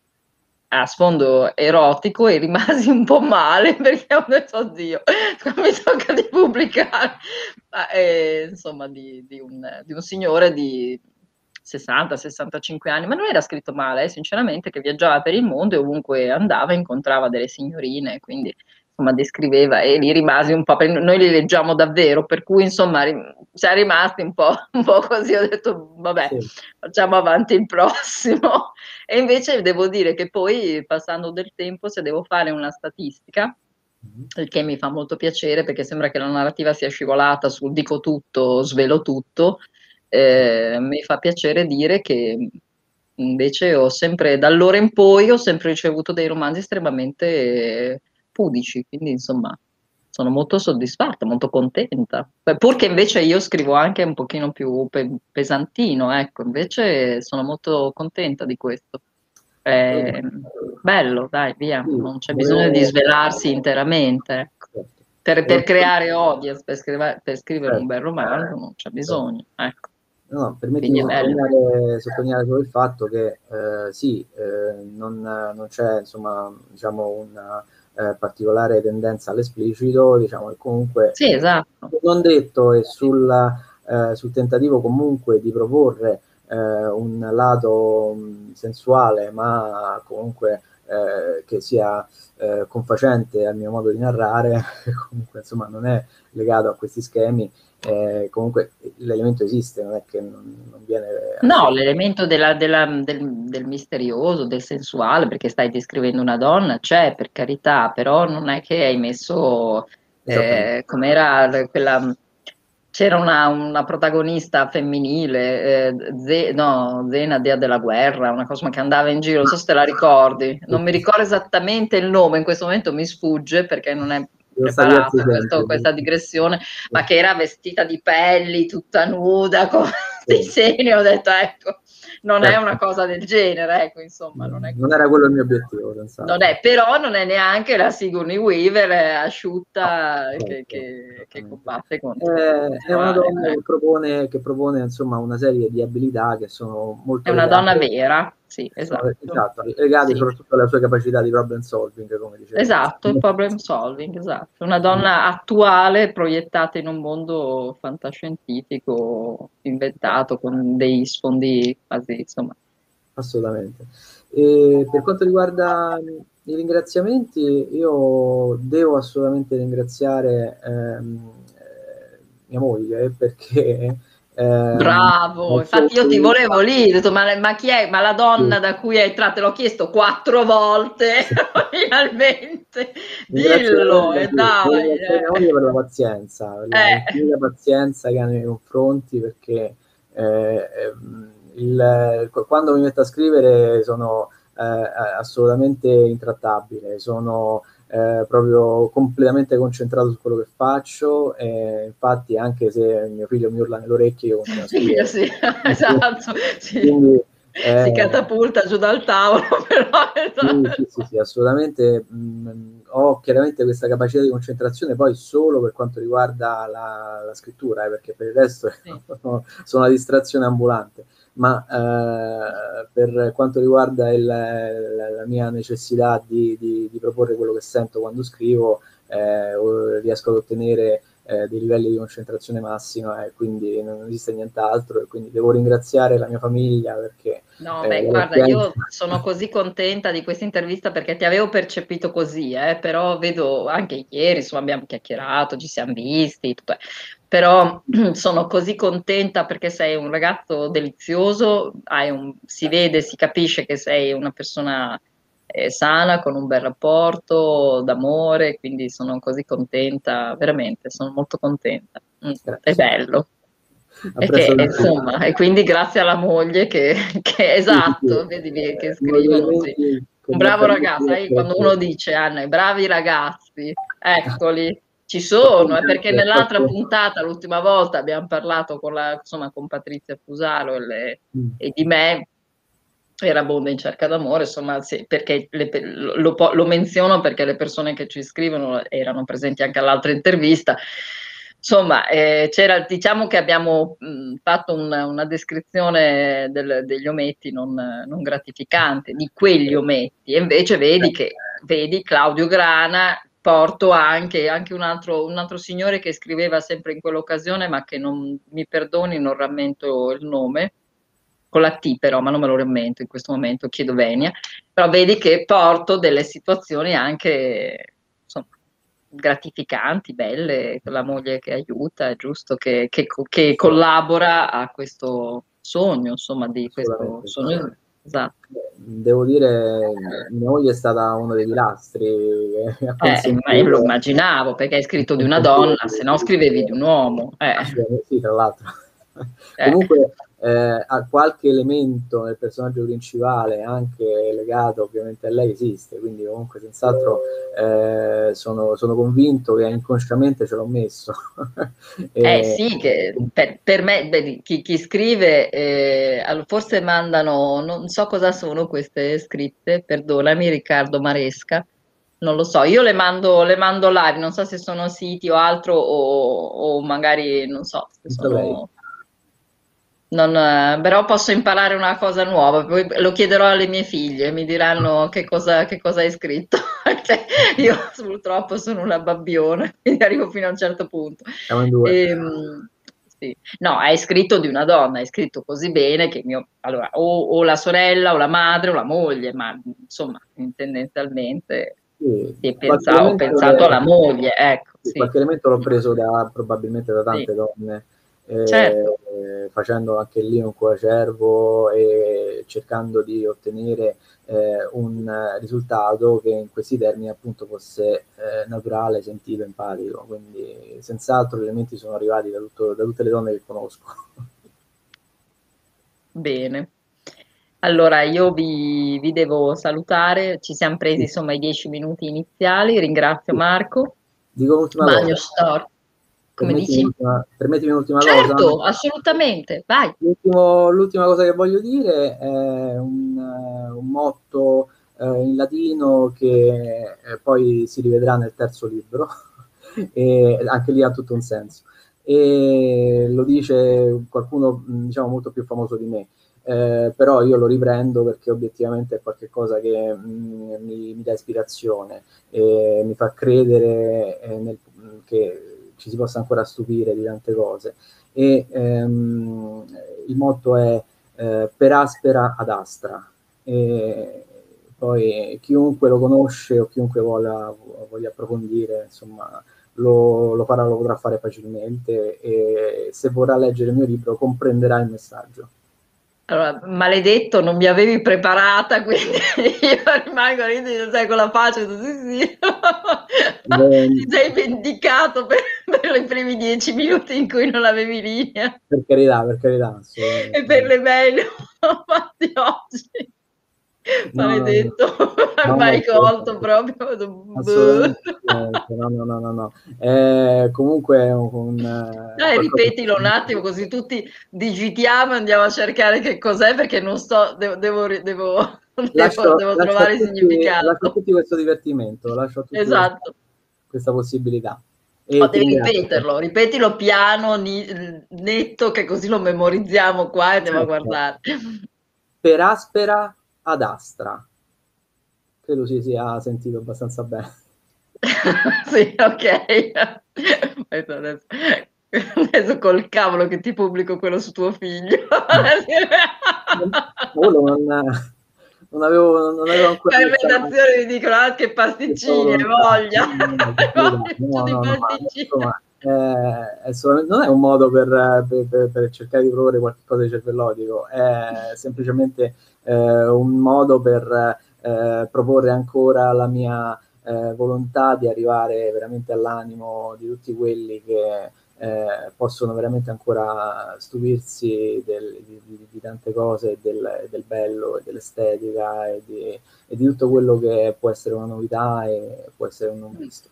a sfondo erotico e rimasi un po' male perché ho detto, oddio, mi tocca di pubblicare. Ma, eh, insomma, di, di un, di un signore di sessanta sessantacinque anni, ma non era scritto male, eh, sinceramente, che viaggiava per il mondo e ovunque andava incontrava delle signorine, quindi insomma descriveva e lì rimasi un po', perché noi li leggiamo davvero, per cui insomma rim- siamo rimasti un po', un po' così, ho detto vabbè, Sì. facciamo avanti il prossimo. E invece devo dire che poi passando del tempo, se devo fare una statistica, Mhm. il che mi fa molto piacere perché sembra che la narrativa sia scivolata sul dico tutto, svelo tutto, Sì. eh, mi fa piacere dire che invece ho sempre, da allora in poi, ho sempre ricevuto dei romanzi estremamente eh, pudici, quindi insomma sono molto soddisfatta, molto contenta. Beh, pur che invece io scrivo anche un pochino più pe- pesantino, ecco, invece sono molto contenta di questo. Allora, È bello, dai, via, sì, non c'è bisogno di volevo, svelarsi interamente, ecco. certo, Per, per volevo- creare audience, per scrivere, per scrivere un certo, bel romanzo non c'è certo. bisogno, ecco. No, no, permettimi Quindi di è bello. sottolineare, sottolineare solo il fatto che eh, sì, eh, non, non c'è insomma, diciamo, una eh, particolare tendenza all'esplicito, diciamo che comunque Sì, esatto. non detto e sulla, eh, sul tentativo comunque di proporre eh, un lato mh, sensuale, ma comunque eh, che sia eh, confacente al mio modo di narrare, comunque insomma non è legato a questi schemi. Eh, comunque l'elemento esiste, non è che non, non viene No, assolutamente. l'elemento della- della- del, del misterioso, del sensuale, perché stai descrivendo una donna, c'è per carità, però non è che hai messo, Esattamente. eh, com'era quella, c'era una, una protagonista femminile, eh, Ze- no, Zena, dea della guerra, una cosa che andava in giro, non so se te la ricordi, non mi ricordo esattamente il nome, in questo momento mi sfugge perché non è Sono stati diversi preparata questo- esempi. questa digressione, ma che era vestita di pelli, tutta nuda, con Sì, questi seni, ho detto, ecco, non è certo. una cosa del genere, ecco, insomma, non è Non così. era quello il mio obiettivo, Non senz'altro. è, però non è neanche la Sigourney Weaver eh, No, asciutta che, certo, che- che esattamente. combatte contro il Eh, è una sensuale. donna che Ecco. propone, che propone insomma una serie di abilità che sono È molto una donna legate, vera, sì, sono, esatto. esatto, legate Sì. soprattutto alla sua capacità di problem solving, come dicevo. Esatto, il problem solving, esatto. Una donna attuale proiettata in un mondo fantascientifico inventato con dei sfondi quasi, insomma. Assolutamente. E per quanto riguarda i ringraziamenti, io devo assolutamente ringraziare ehm, eh, mia moglie perché ehm, Bravo, nel suo infatti io punto ti di vista, volevo lì, ho detto, ma, ma chi è? Ma la sì, donna da cui hai tratto? Te l'ho chiesto quattro volte, sì. finalmente, Ringrazio mia dillo, moglie, e sì, devo dai. ringraziare mia moglie per la pazienza, per la Eh. infinita pazienza che ha nei miei confronti, perché eh, ehm, il- quando mi metto a scrivere sono eh, assolutamente intrattabile, sono eh, proprio completamente concentrato su quello che faccio, e infatti anche se mio figlio mi urla nell'orecchio io continuo a Figlio, scrivere. sì, esatto, sì. Quindi Si eh, catapulta giù dal tavolo, però sì, sì, sì, esatto. sì, assolutamente. Mh, ho chiaramente questa capacità di concentrazione poi solo per quanto riguarda la, la scrittura, eh, perché per il resto Sì. sono una distrazione ambulante. ma eh, per quanto riguarda il, la, la mia necessità di, di, di proporre quello che sento quando scrivo, eh, riesco ad ottenere eh, dei livelli di concentrazione massima e quindi non esiste nient'altro, e quindi devo ringraziare la mia famiglia perché No, eh, beh, la guarda, pazienza... io sono così contenta di questa intervista perché ti avevo percepito così, eh, però vedo anche ieri, insomma, abbiamo chiacchierato, ci siamo visti, tutto, però sono così contenta perché sei un ragazzo delizioso, hai un- si vede, si capisce che sei una persona eh, sana, con un bel rapporto d'amore, quindi sono così contenta, veramente, sono molto contenta. Mm, è Grazie. bello. E che, Apprezzo tantissimo. insomma, e quindi grazie alla moglie che, che Sì, sì, sì. esatto, vedi che che Eh, uno degli scrivono, sì. elementi che Un mi ha bravo permesso ragazzo, di sai, essere quando uno qui. dice, Anna, i bravi ragazzi, eccoli, ci Qualcuno sono, eh, perché sempre, nell'altra qualcuno... puntata, l'ultima volta, abbiamo parlato con, la, insomma, con Patrizia Fusaro e, le- Mm. e di me, era Bonda in cerca d'amore, insomma, sì, perché le- lo, lo- lo menziono perché le persone che ci scrivono erano presenti anche all'altra intervista. Insomma, eh, c'era, diciamo che abbiamo mh, fatto una, una descrizione del- degli ometti non, non gratificante, di quegli ometti, e invece vedi che, vedi Claudio Grana, porto anche, anche un altro, un altro signore che scriveva sempre in quell'occasione, ma che non mi perdoni, non rammento il nome, con la T però, ma non me lo rammento in questo momento, chiedo venia, però vedi che porto delle situazioni anche, insomma, gratificanti, belle, con la moglie che aiuta, è giusto, che, che- che collabora a questo sogno, insomma, di questo Assolutamente, sì. sogno. Esatto. Beh, devo dire, mia moglie è stata uno dei pilastri che ha Eh, ma io lo consentito, immaginavo, perché hai ha scritto di una consentito donna, di, se no di scrivevi di scrivere. un uomo. Eh, Assolutamente sì, tra l'altro. eh. Comunque eh, ha qualche elemento nel personaggio principale, anche legato ovviamente a lei, esiste, quindi comunque senz'altro eh, sono, sono convinto che inconsciamente ce l'ho messo. Eh E, sì, che per, per me, vedi, chi, chi scrive, eh, allo- forse mandano, non so cosa sono queste scritte, perdonami Riccardo Maresca, non lo so, io le mando, le mando live, non so se sono siti o altro o, o magari, non so, se non saprei. sono... Non, eh, però posso imparare una cosa nuova, poi lo chiederò alle mie figlie, mi diranno che cosa, che cosa hai scritto. Cioè, io purtroppo sono una babbiona, quindi arrivo fino a un certo punto. Siamo in due. Ehm, sì. No, hai scritto di una donna, hai scritto così bene che mio, allora, o, o la sorella, o la madre, o la moglie, ma insomma, tendenzialmente Sì, sì, qualche pensa- ho elemento, pensato alla moglie, ecco, sì, sì. qualche elemento l'ho preso da, probabilmente da Sì, tante donne, certo. eh, facendo anche lì un coacervo e cercando di ottenere eh, un risultato che in questi termini appunto fosse eh, naturale, sentito, empatico. Quindi senz'altro gli elementi sono arrivati da, tutto, da tutte le donne che conosco. Bene. Allora, io vi, vi devo salutare, ci siamo presi Sì, insomma i dieci minuti iniziali, ringrazio sì. Marco. Dico un'ultima Bagno cosa, Store, come permettimi dici? un'ultima, permettimi un'ultima cosa. Certo, assolutamente, vai. L'ultimo- l'ultima cosa che voglio dire è un, eh, un motto eh, in latino che eh, poi si rivedrà nel terzo libro, e anche lì ha tutto un senso. E lo dice qualcuno, mh, diciamo, molto più famoso di me, eh, però io lo riprendo perché obiettivamente è qualcosa che mh, mi, mi dà ispirazione e mi fa credere eh, nel- che ci si possa ancora stupire di tante cose. E ehm, il motto è eh, per aspera ad astra. E poi chiunque lo conosce o chiunque voglia, voglia approfondire, insomma, lo, lo farà, lo potrà fare facilmente e se vorrà leggere il mio libro comprenderà il messaggio. Allora, maledetto, non mi avevi preparata, quindi io rimango lì, sai, con la faccia, sì, sì. Eh, Ti sei vendicato per, per i primi dieci minuti in cui non avevi linea per carità, per carità, e per assolutamente. le mail fatti oggi. No, no, no, Maledetto, no, mi no, hai colto assolutamente. proprio. Boh. Assolutamente, niente, no, no, no, no, no. Eh, comunque è un, un, eh, Dai, qualcosa ripetilo un attimo così tutti digitiamo e andiamo a cercare che cos'è perché non sto, devo, devo, devo, devo, lascio, devo lascio a trovare il tutti, lascio a significato. tutti questo divertimento, lascio a tutti questa, Esatto. questa possibilità. E Oh, ti devi ringrazio. ripeterlo, ripetilo piano, ni- netto, che così lo memorizziamo qua e andiamo a Certo. guardare. Per aspera ad astra. Credo si sia sentito abbastanza bene. Sì, ok. Aspetta, Adesso, adesso col cavolo che ti pubblico quello su tuo figlio. Quello non, non avevo, non avevo ancora Qua in questa redazione mi dicono, ah, che questa pasticcini, hai volontà. voglia. No, no, no, per Hai carità. voglia tu No, di no, no, pasticcini. insomma, eh, è solamente- non è un modo per, per- per- per cercare di provare qualcosa di cervellotico, è semplicemente eh, un modo per eh, proporre ancora la mia eh, volontà di arrivare veramente all'animo di tutti quelli che eh, possono veramente ancora stupirsi del- di, di- di tante cose, del, del bello e dell'estetica e di, e di tutto quello che può essere una novità e può essere un non visto.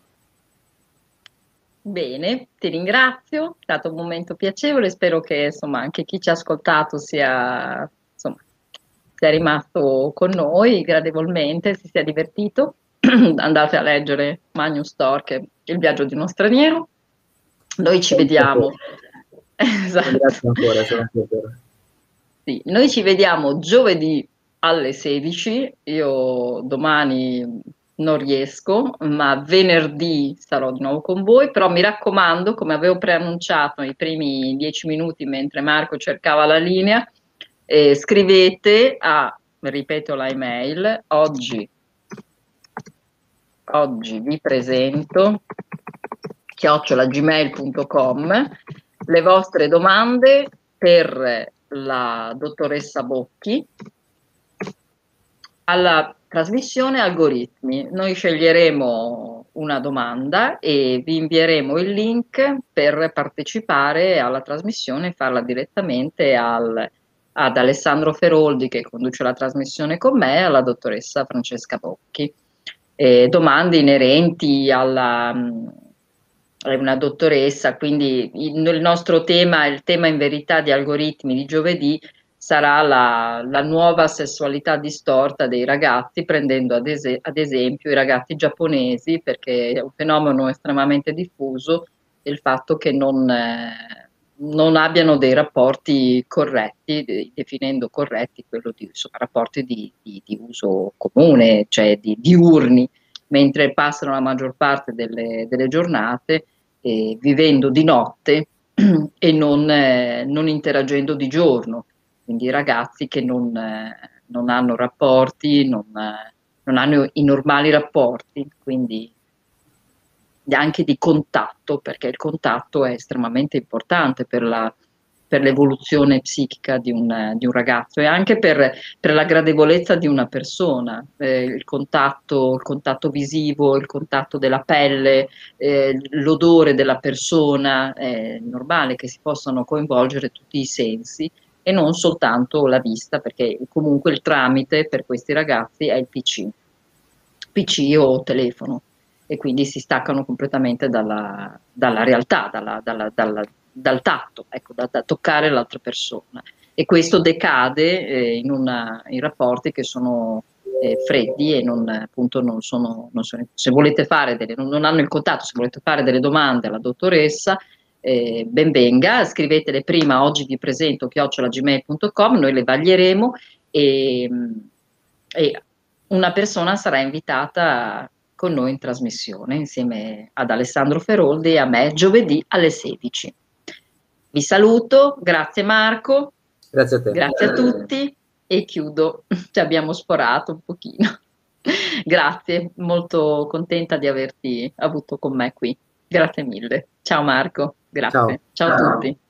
Bene, ti ringrazio, è stato un momento piacevole, spero che insomma anche chi ci ha ascoltato sia, insomma, sia rimasto con noi gradevolmente, si sia divertito. Andate a leggere Magnus Stork, Il viaggio di uno straniero. Noi ci vediamo. Esatto. Grazie ancora, è stato un piacere. Sì, noi ci vediamo giovedì alle sedici, io domani non riesco, ma venerdì sarò di nuovo con voi, però mi raccomando, come avevo preannunciato nei primi dieci minuti mentre Marco cercava la linea, eh, scrivete a, ripeto la email, oggi, oggi vi presento chiocciola gmail punto com le vostre domande per la dottoressa Bocchi alla trasmissione Algoritmi. Noi sceglieremo una domanda e vi invieremo il link per partecipare alla trasmissione e farla direttamente al- ad Alessandro Feroldi che conduce la trasmissione con me e alla dottoressa Francesca Bocchi. Eh, domande inerenti alla, mh, è una dottoressa, quindi il, il nostro tema, il tema in verità di Algoritmi di giovedì sarà la, la nuova sessualità distorta dei ragazzi, prendendo ad, ese- ad esempio i ragazzi giapponesi, perché è un fenomeno estremamente diffuso, il fatto che non, eh, non abbiano dei rapporti corretti, de- definendo corretti quello di insomma, rapporti di, di- di uso comune, cioè di diurni, mentre passano la maggior parte delle, delle giornate eh, vivendo di notte e non, eh, non interagendo di giorno, quindi ragazzi che non, eh, non hanno rapporti, non, eh, non hanno i normali rapporti, quindi anche di contatto, perché il contatto è estremamente importante per la, per l'evoluzione psichica di un, di un ragazzo e anche per, per la gradevolezza di una persona. Eh, il contatto, il contatto visivo, il contatto della pelle, eh, l'odore della persona, è normale che si possano coinvolgere tutti i sensi e non soltanto la vista, perché comunque il tramite per questi ragazzi è il P C, P C o telefono e quindi si staccano completamente dalla, dalla realtà, dalla- dalla- dalla- dal tatto, ecco, da, da toccare l'altra persona. E questo decade eh, in, una- in rapporti che sono eh, freddi e non, appunto, non sono, non sono- se volete fare delle, non, non hanno il contatto, se volete fare delle domande alla dottoressa, eh, ben venga, scrivetele prima, oggi vi presento chiocciola gmail punto com, noi le vaglieremo e, e una persona sarà invitata con noi in trasmissione insieme ad Alessandro Feroldi e a me giovedì alle sedici. Vi saluto, grazie Marco, Grazie a te. grazie a tutti e chiudo, ci abbiamo sporato un pochino. Grazie, molto contenta di averti avuto con me qui. Grazie mille. Ciao Marco, Ciao. grazie. Ciao a tutti.